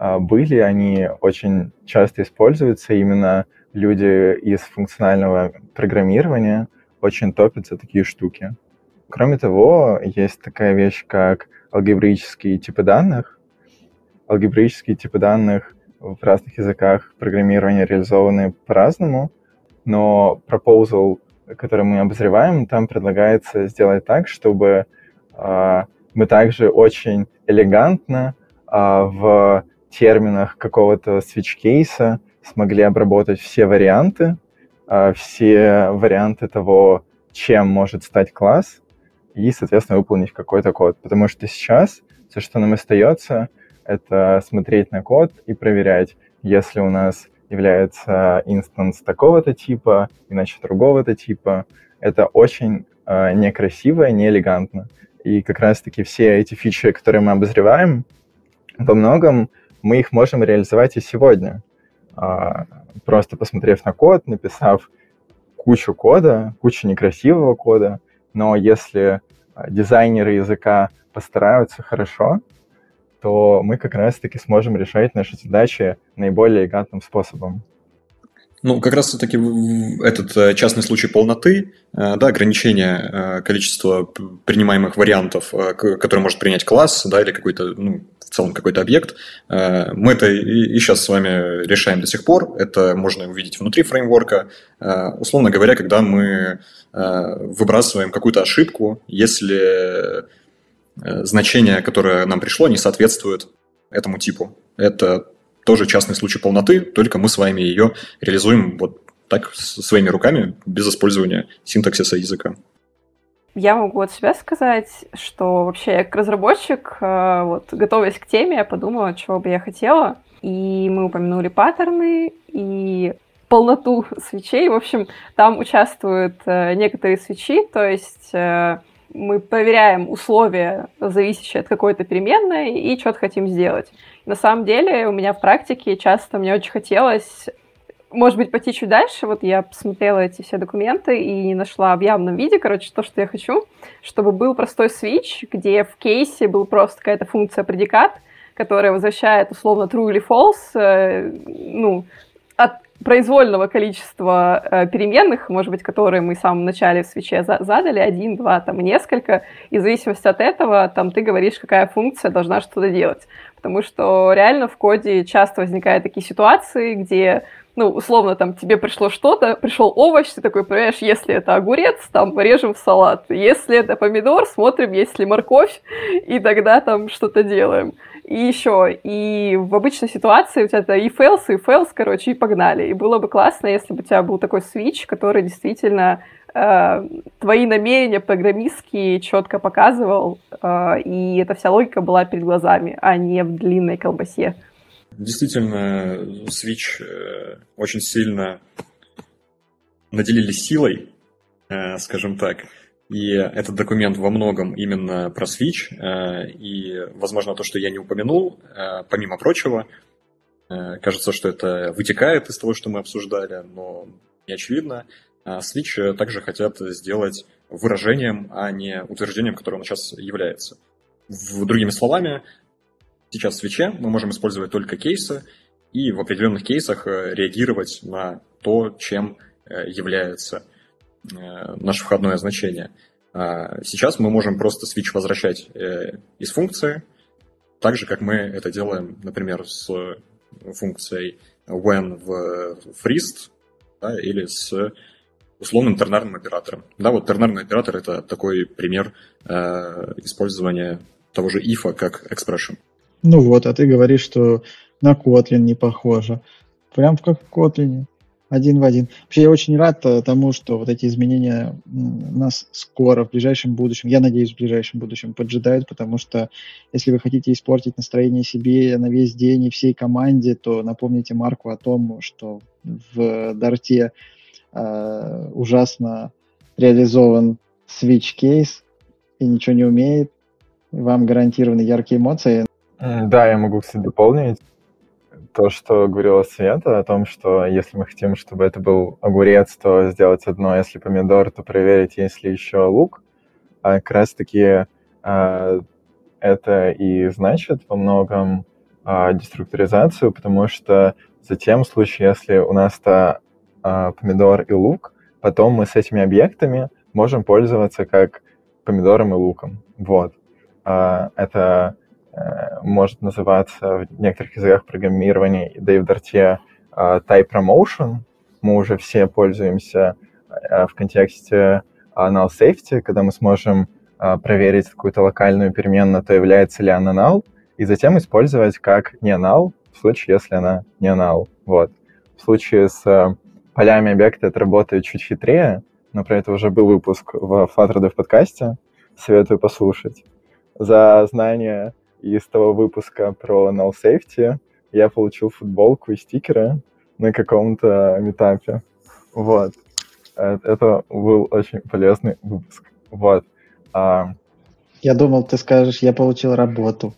были, они очень часто используются. Именно люди из функционального программирования очень топят за такие штуки. Кроме того, есть такая вещь, как алгебраические типы данных. Алгебраические типы данных в разных языках программирования реализованы по-разному, но proposal, который мы обозреваем, там предлагается сделать так, чтобы э, мы также очень элегантно э, в терминах какого-то switch-кейса смогли обработать все варианты, э, все варианты того, чем может стать класс, и, соответственно, выполнить какой-то код. Потому что сейчас все, что нам остается, это смотреть на код и проверять, если у нас является инстанс такого-то типа, иначе другого-то типа. Это очень э, некрасиво и неэлегантно. И как раз-таки все эти фичи, которые мы обозреваем, во многом мы их можем реализовать и сегодня. Э, просто посмотрев на код, написав кучу кода, кучу некрасивого кода, но если дизайнеры языка постараются хорошо, то мы как раз-таки сможем решать наши задачи наиболее элегантным способом. Ну, как раз-таки этот частный случай полноты, да, ограничение количества принимаемых вариантов, которые может принять класс, да, или какой-то, ну, в целом какой-то объект, мы это и сейчас с вами решаем до сих пор. Это можно увидеть внутри фреймворка. Условно говоря, когда мы выбрасываем какую-то ошибку, если значение, которое нам пришло, не соответствует этому типу. Это тоже частный случай полноты, только мы с вами ее реализуем вот так своими руками, без использования синтаксиса языка. Я могу от себя сказать, что вообще я как разработчик, вот, готовясь к теме, я подумала, чего бы я хотела. И мы упомянули паттерны и полноту свитчей. В общем, там участвуют некоторые свитчи, то есть мы проверяем условия, зависящие от какой-то переменной, и что-то хотим сделать. На самом деле у меня в практике часто мне очень хотелось, может быть, пойти чуть дальше. Вот я посмотрела эти все документы и нашла в явном виде, короче, то, что я хочу, чтобы был простой switch, где в кейсе был просто какая-то функция предикат, которая возвращает условно true или false, ну, от произвольного количества э, переменных, может быть, которые мы в самом начале в свитче за- задали, один, два, там, несколько, и в зависимости от этого, там, ты говоришь, какая функция должна что-то делать. Потому что реально в коде часто возникают такие ситуации, где, ну, условно, там, тебе пришло что-то, пришел овощ, ты такой, понимаешь, если это огурец, там, режем в салат, если это помидор, смотрим, есть ли морковь, и тогда там что-то делаем. И еще, и в обычной ситуации у тебя это if else, if else, короче, и погнали. И было бы классно, если бы у тебя был такой switch, который действительно э, твои намерения программистские четко показывал, э, и эта вся логика была перед глазами, а не в длинной колбасе. Действительно, switch э, очень сильно наделили силой, э, скажем так. И этот документ во многом именно про switch, и, возможно, то, что я не упомянул, помимо прочего, кажется, что это вытекает из того, что мы обсуждали, но не очевидно. Switch также хотят сделать выражением, а не утверждением, которое он сейчас является. В, другими словами, сейчас в switch мы можем использовать только кейсы и в определенных кейсах реагировать на то, чем является наше входное значение. Сейчас мы можем просто switch возвращать из функции, так же, как мы это делаем, например, с функцией when в freest, да, или с условным тернарным оператором. Да, вот тернарный оператор — это такой пример использования того же if как expression. Ну вот, а ты говоришь, что на Kotlin не похоже. Прям как в Kotlin. Один в один. Вообще, я очень рад тому, что вот эти изменения нас скоро, в ближайшем будущем, я надеюсь, в ближайшем будущем поджидают, потому что если вы хотите испортить настроение себе на весь день и всей команде, то напомните Марку о том, что в Дарте э, ужасно реализован switch кейс и ничего не умеет, и вам гарантированы яркие эмоции. Да, я могу, кстати, дополнить. То, что говорила Света, о том, что если мы хотим, чтобы это был огурец, то сделать одно, если помидор, то проверить, есть ли еще лук. А как раз-таки э, это и значит во многом а, деструктуризацию, потому что затем, в случае, если у нас это а, помидор и лук, потом мы с этими объектами можем пользоваться как помидором и луком. Вот. А, это а, может называться в некоторых языках программирования, да и в Dart, а, type promotion. Мы уже все пользуемся а, в контексте null safety, когда мы сможем а, проверить какую-то локальную переменную, то является ли она null, и затем использовать как не null, в случае, если она не null. Вот. В случае с а, полями объекта это работает чуть хитрее, но про это уже был выпуск в Flutter Dev подкасте, советую послушать. За знание из того выпуска про null safety я получил футболку и стикеры на каком-то митапе. Вот. Это был очень полезный выпуск. Вот. А... Я думал, ты скажешь, я получил работу.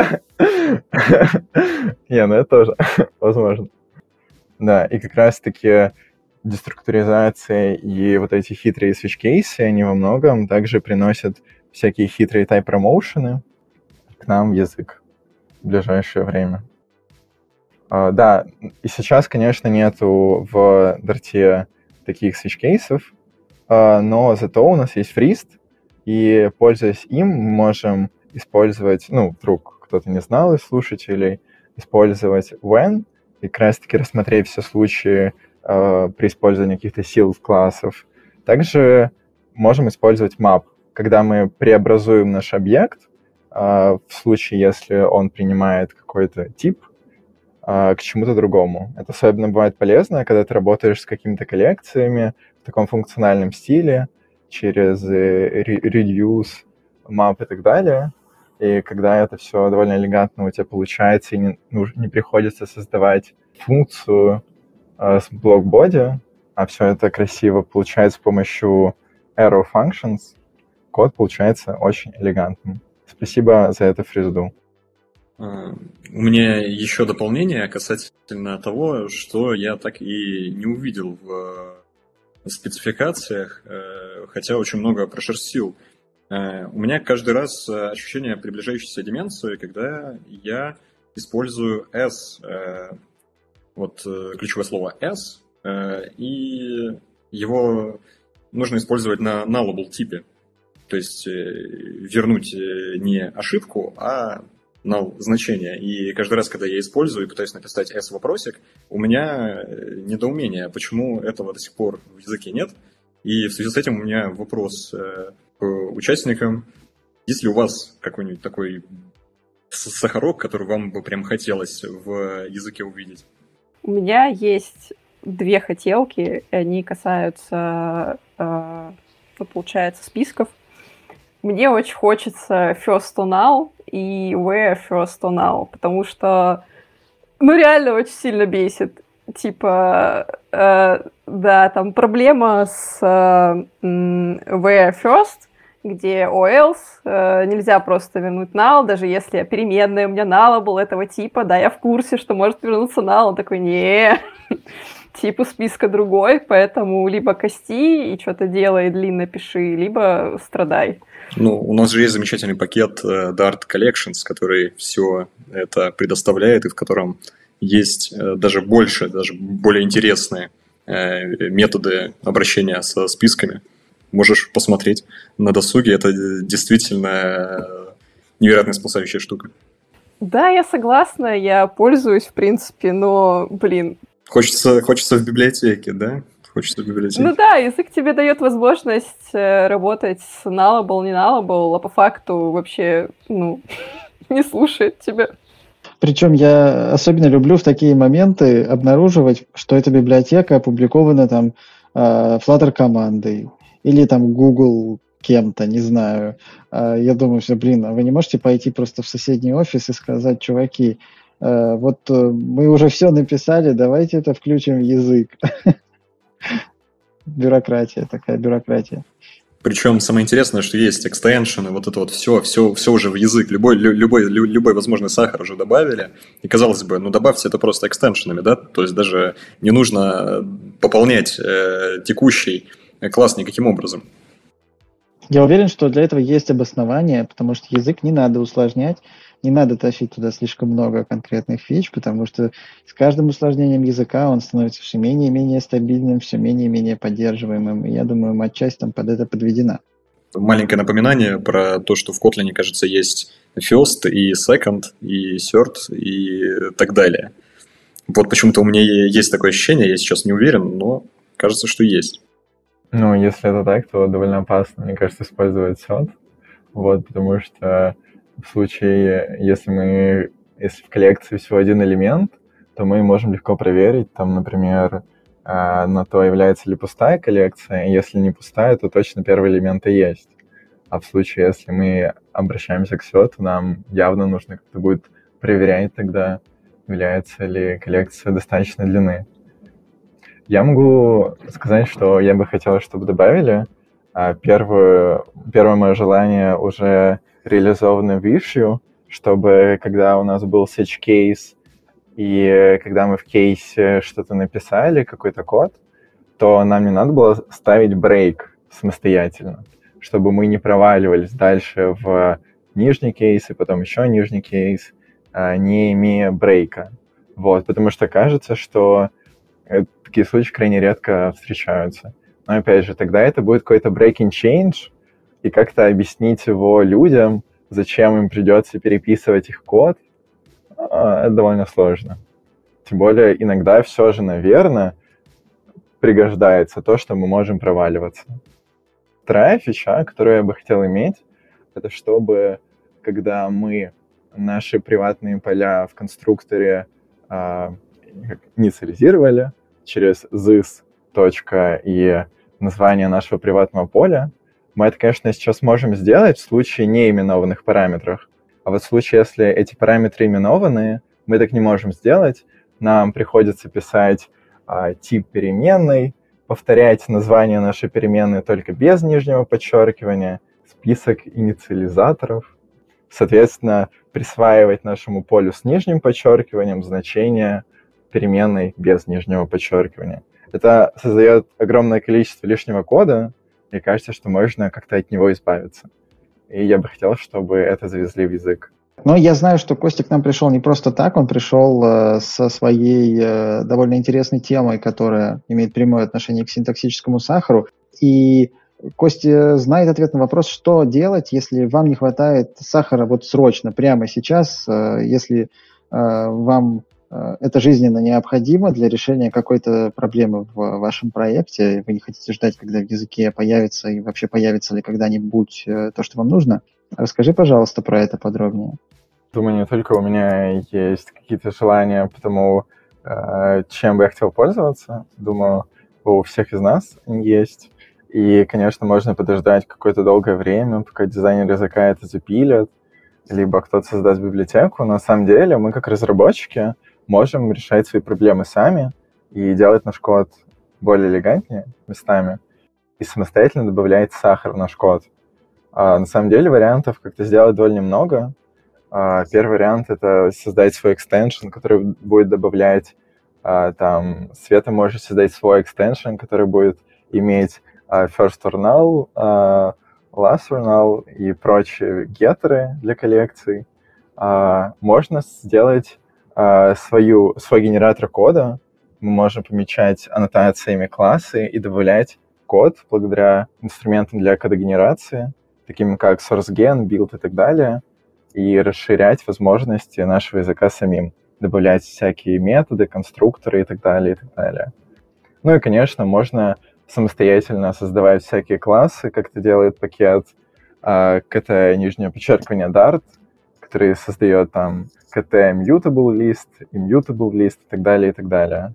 Не, ну это тоже возможно. Да, и как раз-таки деструктуризация и вот эти хитрые switch-кейсы, они во многом также приносят всякие хитрые type-промоушены к нам в язык в ближайшее время. Uh, да, и сейчас, конечно, нету в Dart таких switch-кейсов, uh, но зато у нас есть фрист, и, пользуясь им, мы можем использовать, ну, вдруг кто-то не знал из слушателей, использовать when, и как раз-таки рассмотреть все случаи uh, при использовании каких-то sealed классов. Также можем использовать map, когда мы преобразуем наш объект, uh, в случае, если он принимает какой-то тип, к чему-то другому. Это особенно бывает полезно, когда ты работаешь с какими-то коллекциями в таком функциональном стиле, через reduce, map и так далее. И когда это все довольно элегантно у тебя получается, и не, ну, не приходится создавать функцию э, с блок-боди, а все это красиво получается с помощью arrow functions, код получается очень элегантным. Спасибо за это фризду. У меня еще дополнение касательно того, что я так и не увидел в спецификациях, хотя очень много прошерстил. У меня каждый раз ощущение приближающейся деменции, когда я использую S, вот ключевое слово S, и его нужно использовать на nullable типе. То есть вернуть не ошибку, а null значение. И каждый раз, когда я использую и пытаюсь написать S-вопросик, у меня недоумение, почему этого до сих пор в языке нет. И в связи с этим у меня вопрос к участникам. Есть ли у вас какой-нибудь такой сахарок, который вам бы прям хотелось в языке увидеть? У меня есть две хотелки, и они касаются, э, получается, списков. Мне очень хочется first to null и where first to null, потому что, ну, реально очень сильно бесит. Типа, э, да, там проблема с э, where first, где or else э, нельзя просто вернуть null, даже если переменная у меня nullable этого типа, да, я в курсе, что может вернуться null, он такой, не, тип у списка другой, поэтому либо кости и что-то делай, длинно пиши, либо страдай. Ну, у нас же есть замечательный пакет Dart Collections, который все это предоставляет, и в котором есть даже больше, даже более интересные методы обращения со списками. Можешь посмотреть на досуге, это действительно невероятно спасающая штука. Да, я согласна, я пользуюсь, в принципе, но, блин... Хочется, хочется в библиотеке, да? Хочется в библиотеке. Ну да, язык тебе дает возможность работать с nullable, не nullable, а по факту вообще, ну, не слушает тебя. Причем я особенно люблю в такие моменты обнаруживать, что эта библиотека опубликована там Flutter командой или там Google кем-то, не знаю. Я думаю, что, блин, а вы не можете пойти просто в соседний офис и сказать, чуваки, вот мы уже все написали, давайте это включим в язык. Бюрократия, такая бюрократия. Причем самое интересное, что есть экстеншены, вот это вот все, все, все уже в язык, любой, любой, любой возможный сахар уже добавили. И казалось бы, ну добавьте это просто экстеншенами, да, то есть даже не нужно пополнять э, текущий класс никаким образом. Я уверен, что для этого есть обоснование, потому что язык не надо усложнять. не надо тащить туда слишком много конкретных фич, потому что с каждым усложнением языка он становится все менее и менее стабильным, все менее и менее поддерживаемым. И я думаю, матчасть там под это подведена. Маленькое напоминание про то, что в Kotlin, кажется, есть first и second, и third, и так далее. Вот почему-то у меня есть такое ощущение, я сейчас не уверен, но кажется, что есть. Ну, если это так, то довольно опасно, мне кажется, использовать сет. Вот, потому что в случае, если мы, если в коллекции всего один элемент, то мы можем легко проверить, там, например, на то, является ли пустая коллекция. Если не пустая, то точно первый элемент и есть. А в случае, если мы обращаемся к сету, нам явно нужно как-то будет проверять тогда, является ли коллекция достаточной длины. Я могу сказать, что я бы хотел, чтобы добавили. Первое, первое мое желание уже реализовано в issue, чтобы когда у нас был setch case, и когда мы в кейсе что-то написали, какой-то код, то нам не надо было ставить брейк самостоятельно, чтобы мы не проваливались дальше в нижний кейс и потом еще нижний кейс, не имея брейка. Вот, потому что кажется, что такие случаи крайне редко встречаются. Но опять же, тогда это будет какой-то breaking change, и как-то объяснить его людям, зачем им придется переписывать их код, это довольно сложно. Тем более иногда все же, наверное, пригождается то, что мы можем проваливаться. Вторая фича, которую я бы хотел иметь, это чтобы, когда мы наши приватные поля в конструкторе э, инициализировали через this точка и название нашего приватного поля, мы это, конечно, сейчас можем сделать в случае неименованных параметров. А вот в случае, если эти параметры именованные, мы так не можем сделать. Нам приходится писать а, тип переменной, повторять название нашей переменной только без нижнего подчеркивания, список инициализаторов, соответственно, присваивать нашему полю с нижним подчеркиванием значение переменной без нижнего подчеркивания. Это создает огромное количество лишнего кода, и кажется, что можно как-то от него избавиться. И я бы хотел, чтобы это завезли в язык. Но я знаю, что Костя к нам пришел не просто так, он пришел э, со своей э, довольно интересной темой, которая имеет прямое отношение к синтаксическому сахару. И Костя знает ответ на вопрос, что делать, если вам не хватает сахара вот срочно, прямо сейчас, э, если э, вам э, это жизненно необходимо для решения какой-то проблемы в вашем проекте, вы не хотите ждать, когда в языке появится и вообще появится ли когда-нибудь э, то, что вам нужно. Расскажи, пожалуйста, про это подробнее. Думаю, не только у меня есть какие-то желания по тому, чем бы я хотел пользоваться. Думаю, у всех из нас они есть. И, конечно, можно подождать какое-то долгое время, пока дизайнер языка это запилит, либо кто-то создаст библиотеку. Но на самом деле мы, как разработчики, можем решать свои проблемы сами и делать наш код более элегантнее местами и самостоятельно добавлять сахар в наш код. А на самом деле вариантов как-то сделать довольно много. А первый вариант — это создать свой экстеншн, который будет добавлять а, там... Света может создать свой экстеншн, который будет иметь а, first or null, а, last or null и прочие геттеры для коллекций. А, можно сделать а, свою, свой генератор кода. Мы можем помечать аннотациями классы и добавлять код благодаря инструментам для кодогенерации, такими как sourcegen, build и так далее, и расширять возможности нашего языка самим, добавлять всякие методы, конструкторы и так далее, и так далее. Ну и, конечно, можно самостоятельно создавать всякие классы, как это делает пакет uh, kt, нижнее подчеркивание, Dart, который создает там kt mutable list, immutable list и так далее, и так далее.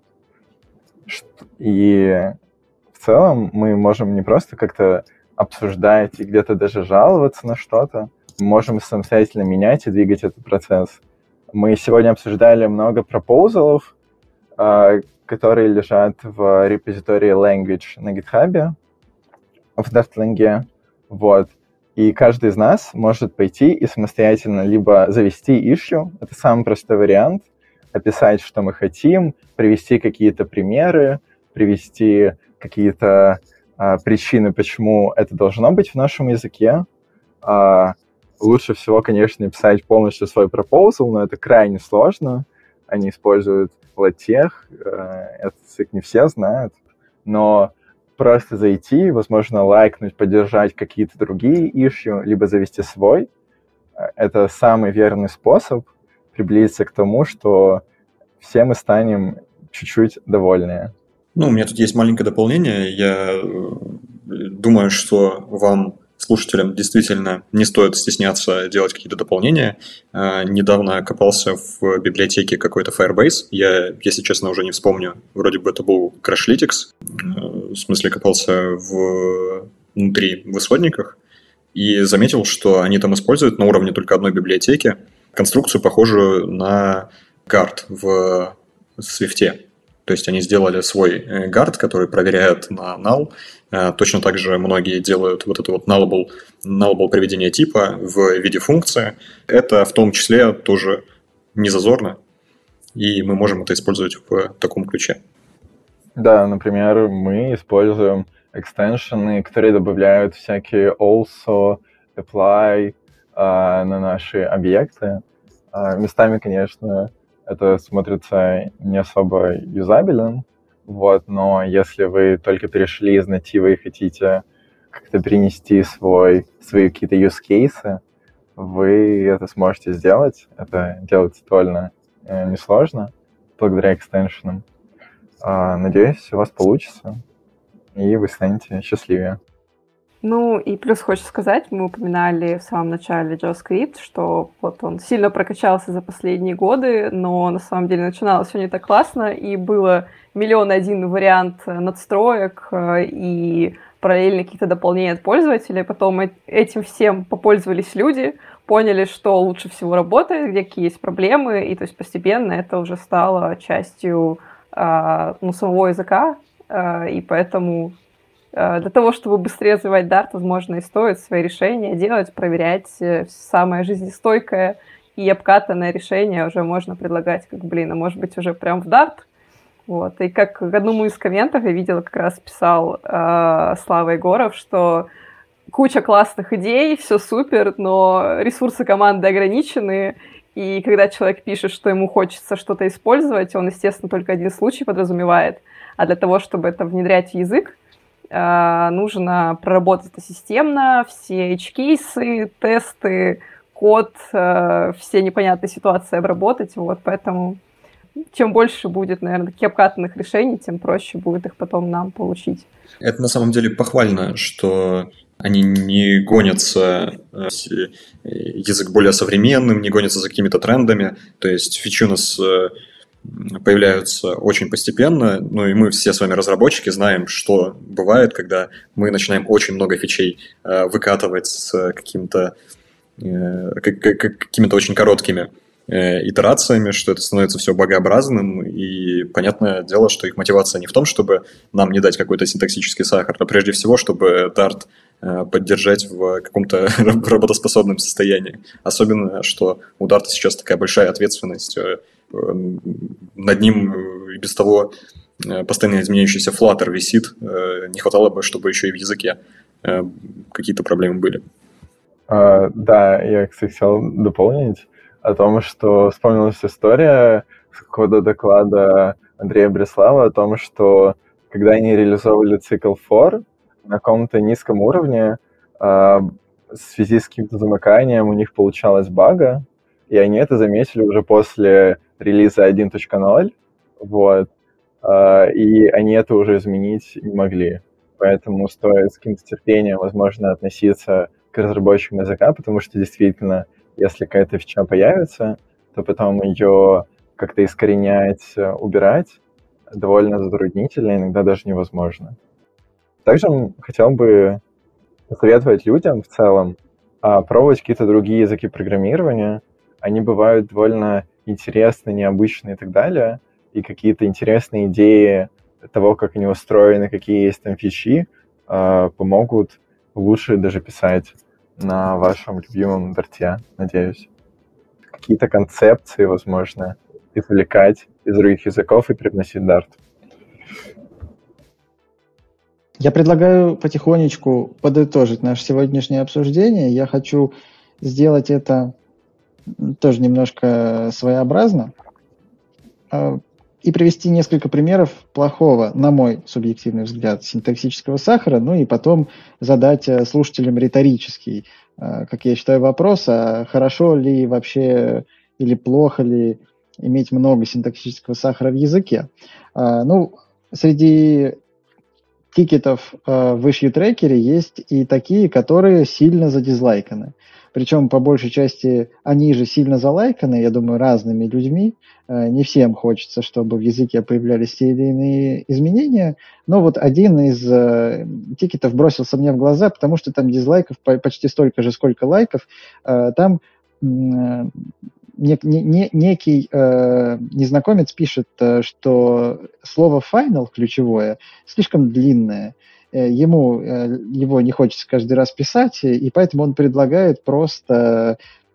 И в целом мы можем не просто как-то обсуждать и где-то даже жаловаться на что-то, мы можем самостоятельно менять и двигать этот процесс. Мы сегодня обсуждали много пропозалов, которые лежат в репозитории language на GitHub, в Daftlang. Вот. И каждый из нас может пойти и самостоятельно либо завести issue, это самый простой вариант, описать, что мы хотим, привести какие-то примеры, привести какие-то а, причины, почему это должно быть в нашем языке, а, Лучше всего, конечно, писать полностью свой пропозал, но это крайне сложно. Они используют латех, этот язык не все знают, но просто зайти, возможно, лайкнуть, поддержать какие-то другие issue, либо завести свой, это самый верный способ приблизиться к тому, что все мы станем чуть-чуть довольнее. Ну, у меня тут есть маленькое дополнение. Я думаю, что вам, слушателям, действительно не стоит стесняться делать какие-то дополнения. Недавно копался в библиотеке какой-то Firebase. Я, если честно, уже не вспомню. Вроде бы это был Crashlytics. В смысле, копался в... внутри в исходниках. И заметил, что они там используют на уровне только одной библиотеки конструкцию, похожую на Guard в Swift. То есть они сделали свой Guard, который проверяет на null. Точно так же многие делают вот это вот nullable, nullable приведение типа в виде функции. Это в том числе тоже не зазорно, и мы можем это использовать в таком ключе. Да, например, мы используем экстеншены, которые добавляют всякие also, apply э, на наши объекты. Э, местами, конечно, это смотрится не особо юзабельным, вот, но если вы только перешли из натива и хотите как-то перенести свой, свои какие-то use cases, вы это сможете сделать. Это делать довольно э, несложно, благодаря экстеншенам. Э, надеюсь, у вас получится, и вы станете счастливее. Ну, и плюс хочется сказать, мы упоминали в самом начале JavaScript, что вот он сильно прокачался за последние годы, но на самом деле начиналось все не так классно, и было миллион один вариант надстроек и параллельно каких-то дополнений от пользователей. Потом этим всем попользовались люди, поняли, что лучше всего работает, где какие есть проблемы, и то есть постепенно это уже стало частью ну, самого языка, и поэтому... Для того, чтобы быстрее развивать Dart, возможно, и стоит свои решения делать, проверять. Самое жизнестойкое и обкатанное решение уже можно предлагать как, блин, а может быть, уже прям в Dart. Вот. И как в одном из комментов я видела, как раз писал э, Слава Егоров, что куча классных идей, все супер, но ресурсы команды ограничены, и когда человек пишет, что ему хочется что-то использовать, он, естественно, только один случай подразумевает. А для того, чтобы это внедрять в язык, нужно проработать это системно, все эдж-кейсы, тесты, код, все непонятные ситуации обработать. Вот, поэтому чем больше будет, наверное, таких обкатанных решений, тем проще будет их потом нам получить. Это на самом деле похвально, что они не гонятся язык более современным, не гонятся за какими-то трендами. То есть фичи у нас появляются очень постепенно, ну и мы все с вами разработчики знаем, что бывает, когда мы начинаем очень много фичей э, выкатывать с каким-то, э, какими-то очень короткими э, итерациями, что это становится все богообразным, и понятное дело, что их мотивация не в том, чтобы нам не дать какой-то синтаксический сахар, а прежде всего, чтобы Dart э, поддержать в каком-то работоспособном состоянии. Особенно, что у Dart сейчас такая большая ответственность, э, над ним и без того постоянно изменяющийся Flutter висит. Не хватало бы, чтобы еще и в языке какие-то проблемы были. А, да, я, кстати, хотел дополнить о том, что вспомнилась история с какого-то доклада Андрея Бреслава о том, что когда они реализовывали цикл for на каком-то низком уровне, а, в связи с каким-то замыканием у них получалась бага, и они это заметили уже после релиза один точка ноль, вот, и они это уже изменить не могли. Поэтому стоит с каким-то терпением, возможно, относиться к разработчикам языка, потому что действительно, если какая-то фича появится, то потом ее как-то искоренять, убирать довольно затруднительно, иногда даже невозможно. Также хотел бы посоветовать людям в целом пробовать какие-то другие языки программирования. Они бывают довольно интересные, необычные и так далее, и какие-то интересные идеи того, как они устроены, какие есть там фичи, помогут лучше даже писать на вашем любимом Dart, надеюсь. Какие-то концепции, возможно, извлекать из других языков и привносить Dart. Я предлагаю потихонечку подытожить наше сегодняшнее обсуждение. Я хочу сделать это тоже немножко своеобразно и привести несколько примеров плохого, на мой субъективный взгляд, синтаксического сахара, ну и потом задать слушателям риторический, как я считаю, вопрос, а хорошо ли вообще или плохо ли иметь много синтаксического сахара в языке. Ну, среди тикетов в issue-трекере есть и такие, которые сильно задизлайканы. Причем, по большей части, они же сильно залайканы, я думаю, разными людьми. Не всем хочется, чтобы в языке появлялись те или иные изменения. Но вот один из э, тикетов бросился мне в глаза, потому что там дизлайков почти столько же, сколько лайков. Э, там э, нек, не, не, некий э, незнакомец пишет, э, что слово «final» ключевое слишком длинное. Ему его не хочется каждый раз писать, и поэтому он предлагает просто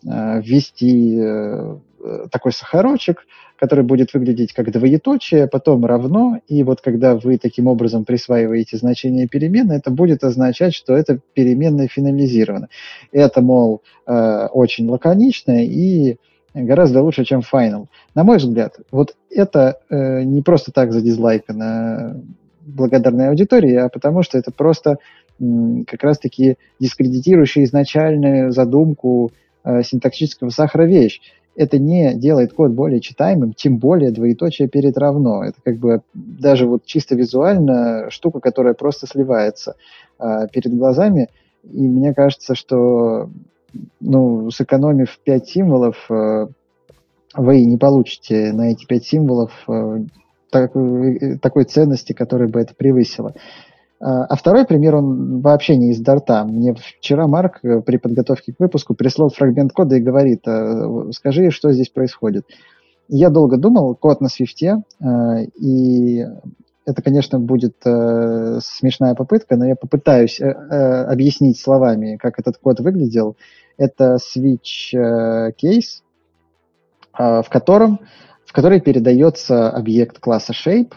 ввести такой сахарочек, который будет выглядеть как двоеточие, потом равно, и вот когда вы таким образом присваиваете значение переменной, это будет означать, что эта переменная финализирована. Это, мол, очень лаконично и гораздо лучше, чем final. На мой взгляд, вот это не просто так задизлайкано благодарной аудитории, а потому что это просто м, как раз-таки дискредитирующая изначальную задумку э, синтаксического сахара вещь. Это не делает код более читаемым, тем более двоеточие перед равно. Это как бы даже вот чисто визуально штука, которая просто сливается э, перед глазами. И мне кажется, что ну, сэкономив пять символов, э, вы не получите на эти пять символов э, такой, такой ценности, которая бы это превысила. А второй пример, он вообще не из дарта. Мне вчера Марк при подготовке к выпуску прислал фрагмент кода и говорит, скажи, что здесь происходит. Я долго думал, код на свифте, и это, конечно, будет смешная попытка, но я попытаюсь объяснить словами, как этот код выглядел. Это switch case, в котором в который передается объект класса shape,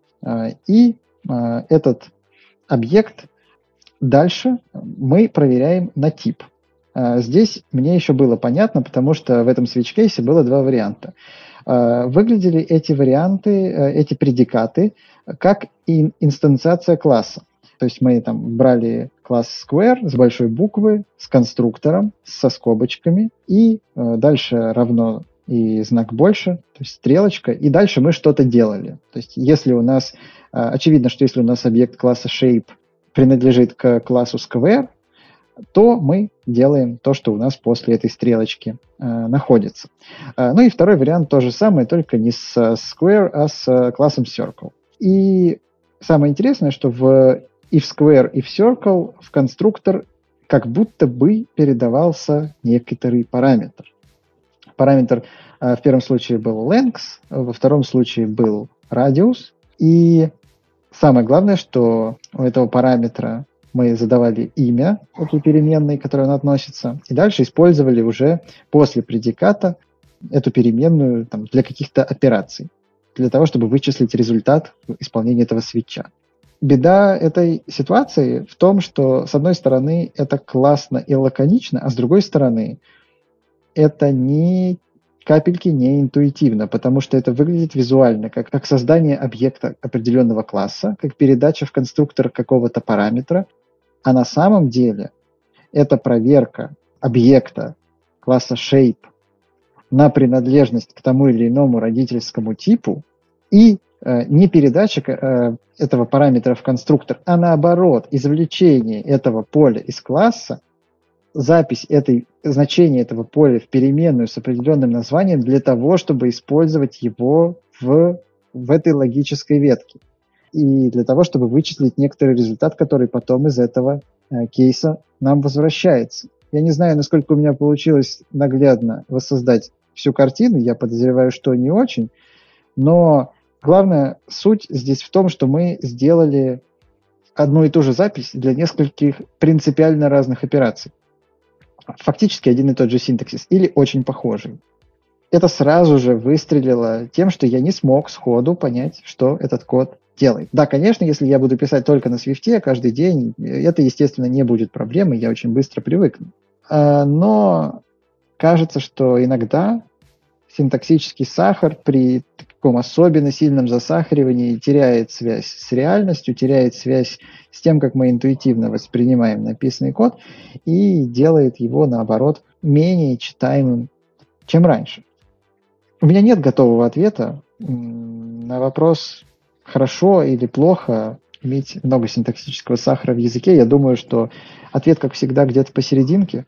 и этот объект дальше мы проверяем на тип. Здесь мне еще было понятно, потому что в этом switch case было два варианта. Выглядели эти варианты, эти предикаты, как инстанциация класса. То есть мы там брали класс square с большой буквы, с конструктором, со скобочками, и дальше равно и знак больше, то есть стрелочка, и дальше мы что-то делали. То есть если у нас, очевидно, что если у нас объект класса shape принадлежит к классу square, то мы делаем то, что у нас после этой стрелочки э, находится. Э, ну и второй вариант то же самое, только не с square, а с классом circle. И самое интересное, что в и в square, и в circle в конструктор как будто бы передавался некоторый параметр. Параметр э, в первом случае был length, во втором случае был radius. И самое главное, что у этого параметра мы задавали имя этой переменной, к которой он относится, и дальше использовали уже после предиката эту переменную там, для каких-то операций, для того, чтобы вычислить результат исполнения этого свитча. Беда этой ситуации в том, что, с одной стороны, это классно и лаконично, а с другой стороны, это ни капельки не интуитивно, потому что это выглядит визуально, как, как создание объекта определенного класса, как передача в конструктор какого-то параметра, а на самом деле это проверка объекта класса shape на принадлежность к тому или иному родительскому типу и э, не передача э, этого параметра в конструктор, а наоборот, извлечение этого поля из класса, запись этой, значения этого поля в переменную с определенным названием для того, чтобы использовать его в, в этой логической ветке. И для того, чтобы вычислить некоторый результат, который потом из этого э, кейса нам возвращается. Я не знаю, насколько у меня получилось наглядно воссоздать всю картину, я подозреваю, что не очень, но главная суть здесь в том, что мы сделали одну и ту же запись для нескольких принципиально разных операций. Фактически один и тот же синтаксис, или очень похожий. Это сразу же выстрелило тем, что я не смог сходу понять, что этот код делает. Да, конечно, если я буду писать только на свифте каждый день, это, естественно, не будет проблемой, я очень быстро привыкну. Но кажется, что иногда синтаксический сахар при таком особенно сильном засахаривании теряет связь с реальностью, теряет связь с тем, как мы интуитивно воспринимаем написанный код, и делает его, наоборот, менее читаемым, чем раньше. У меня нет готового ответа на вопрос, хорошо или плохо иметь много синтаксического сахара в языке. Я думаю, что ответ, как всегда, где-то посерединке.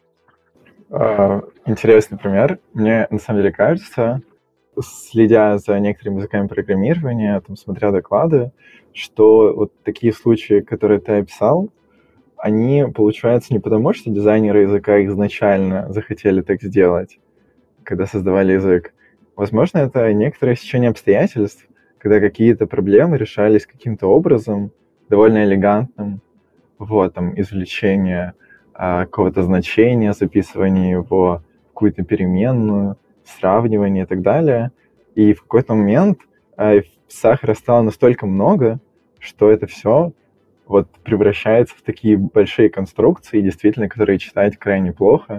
Интересный пример. Мне на самом деле кажется, следя за некоторыми языками программирования, там, смотря доклады, что вот такие случаи, которые ты описал, они получаются не потому, что дизайнеры языка изначально захотели так сделать, когда создавали язык. Возможно, это некоторое стечение обстоятельств, когда какие-то проблемы решались каким-то образом, довольно элегантным, вот, там, извлечение а, какого-то значения, записывание его в какую-то переменную, сравнивание и так далее. И в какой-то момент а, сахара стало настолько много, что это все вот превращается в такие большие конструкции, действительно, которые читать крайне плохо.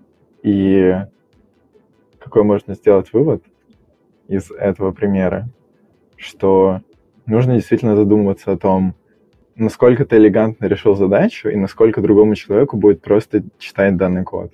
И какой можно сделать вывод из этого примера? Что нужно действительно задумываться о том, насколько ты элегантно решил задачу и насколько другому человеку будет просто читать данный код.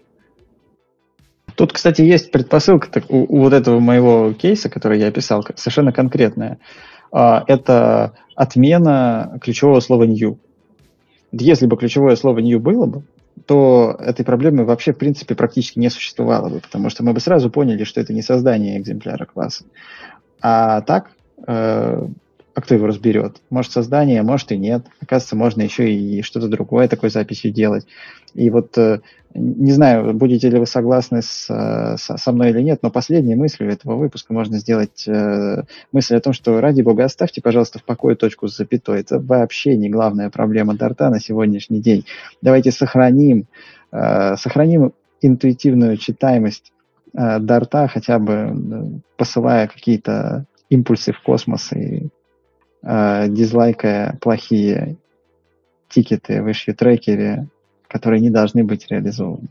Тут, кстати, есть предпосылка у, у вот этого моего кейса, который я описал, совершенно конкретная. Это отмена ключевого слова new. Если бы ключевое слово new было бы, то этой проблемы вообще, в принципе, практически не существовало бы, потому что мы бы сразу поняли, что это не создание экземпляра класса. А так, э, а кто его разберет? Может, создание, может и нет. Оказывается, можно еще и что-то другое такой записью делать. И вот, э, не знаю, будете ли вы согласны с, со, со мной или нет, но последней мыслью этого выпуска можно сделать э, мысль о том, что, ради бога, оставьте, пожалуйста, в покое точку с запятой. Это вообще не главная проблема Дарта на сегодняшний день. Давайте сохраним, э, сохраним интуитивную читаемость э, Дарта, хотя бы э, посылая какие-то импульсы в космос и э, дизлайкая плохие тикеты в issue-трекере, которые не должны быть реализованы.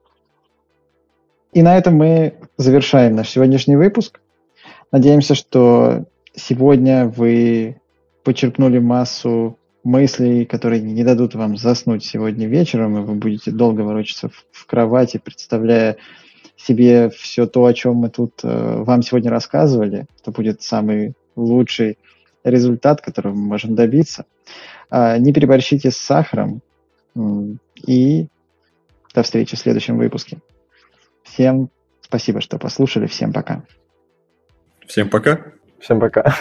И на этом мы завершаем наш сегодняшний выпуск. Надеемся, что сегодня вы почерпнули массу мыслей, которые не дадут вам заснуть сегодня вечером, и вы будете долго ворочаться в, в кровати, представляя себе все то, о чем мы тут э, вам сегодня рассказывали. Это будет самый лучший результат, которого мы можем добиться. Э, не переборщите с сахаром. И до встречи в следующем выпуске. Всем спасибо, что послушали. Всем пока. Всем пока. Всем пока.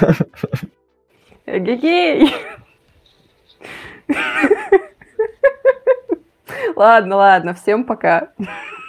Эгегей! Ладно, ладно, всем пока.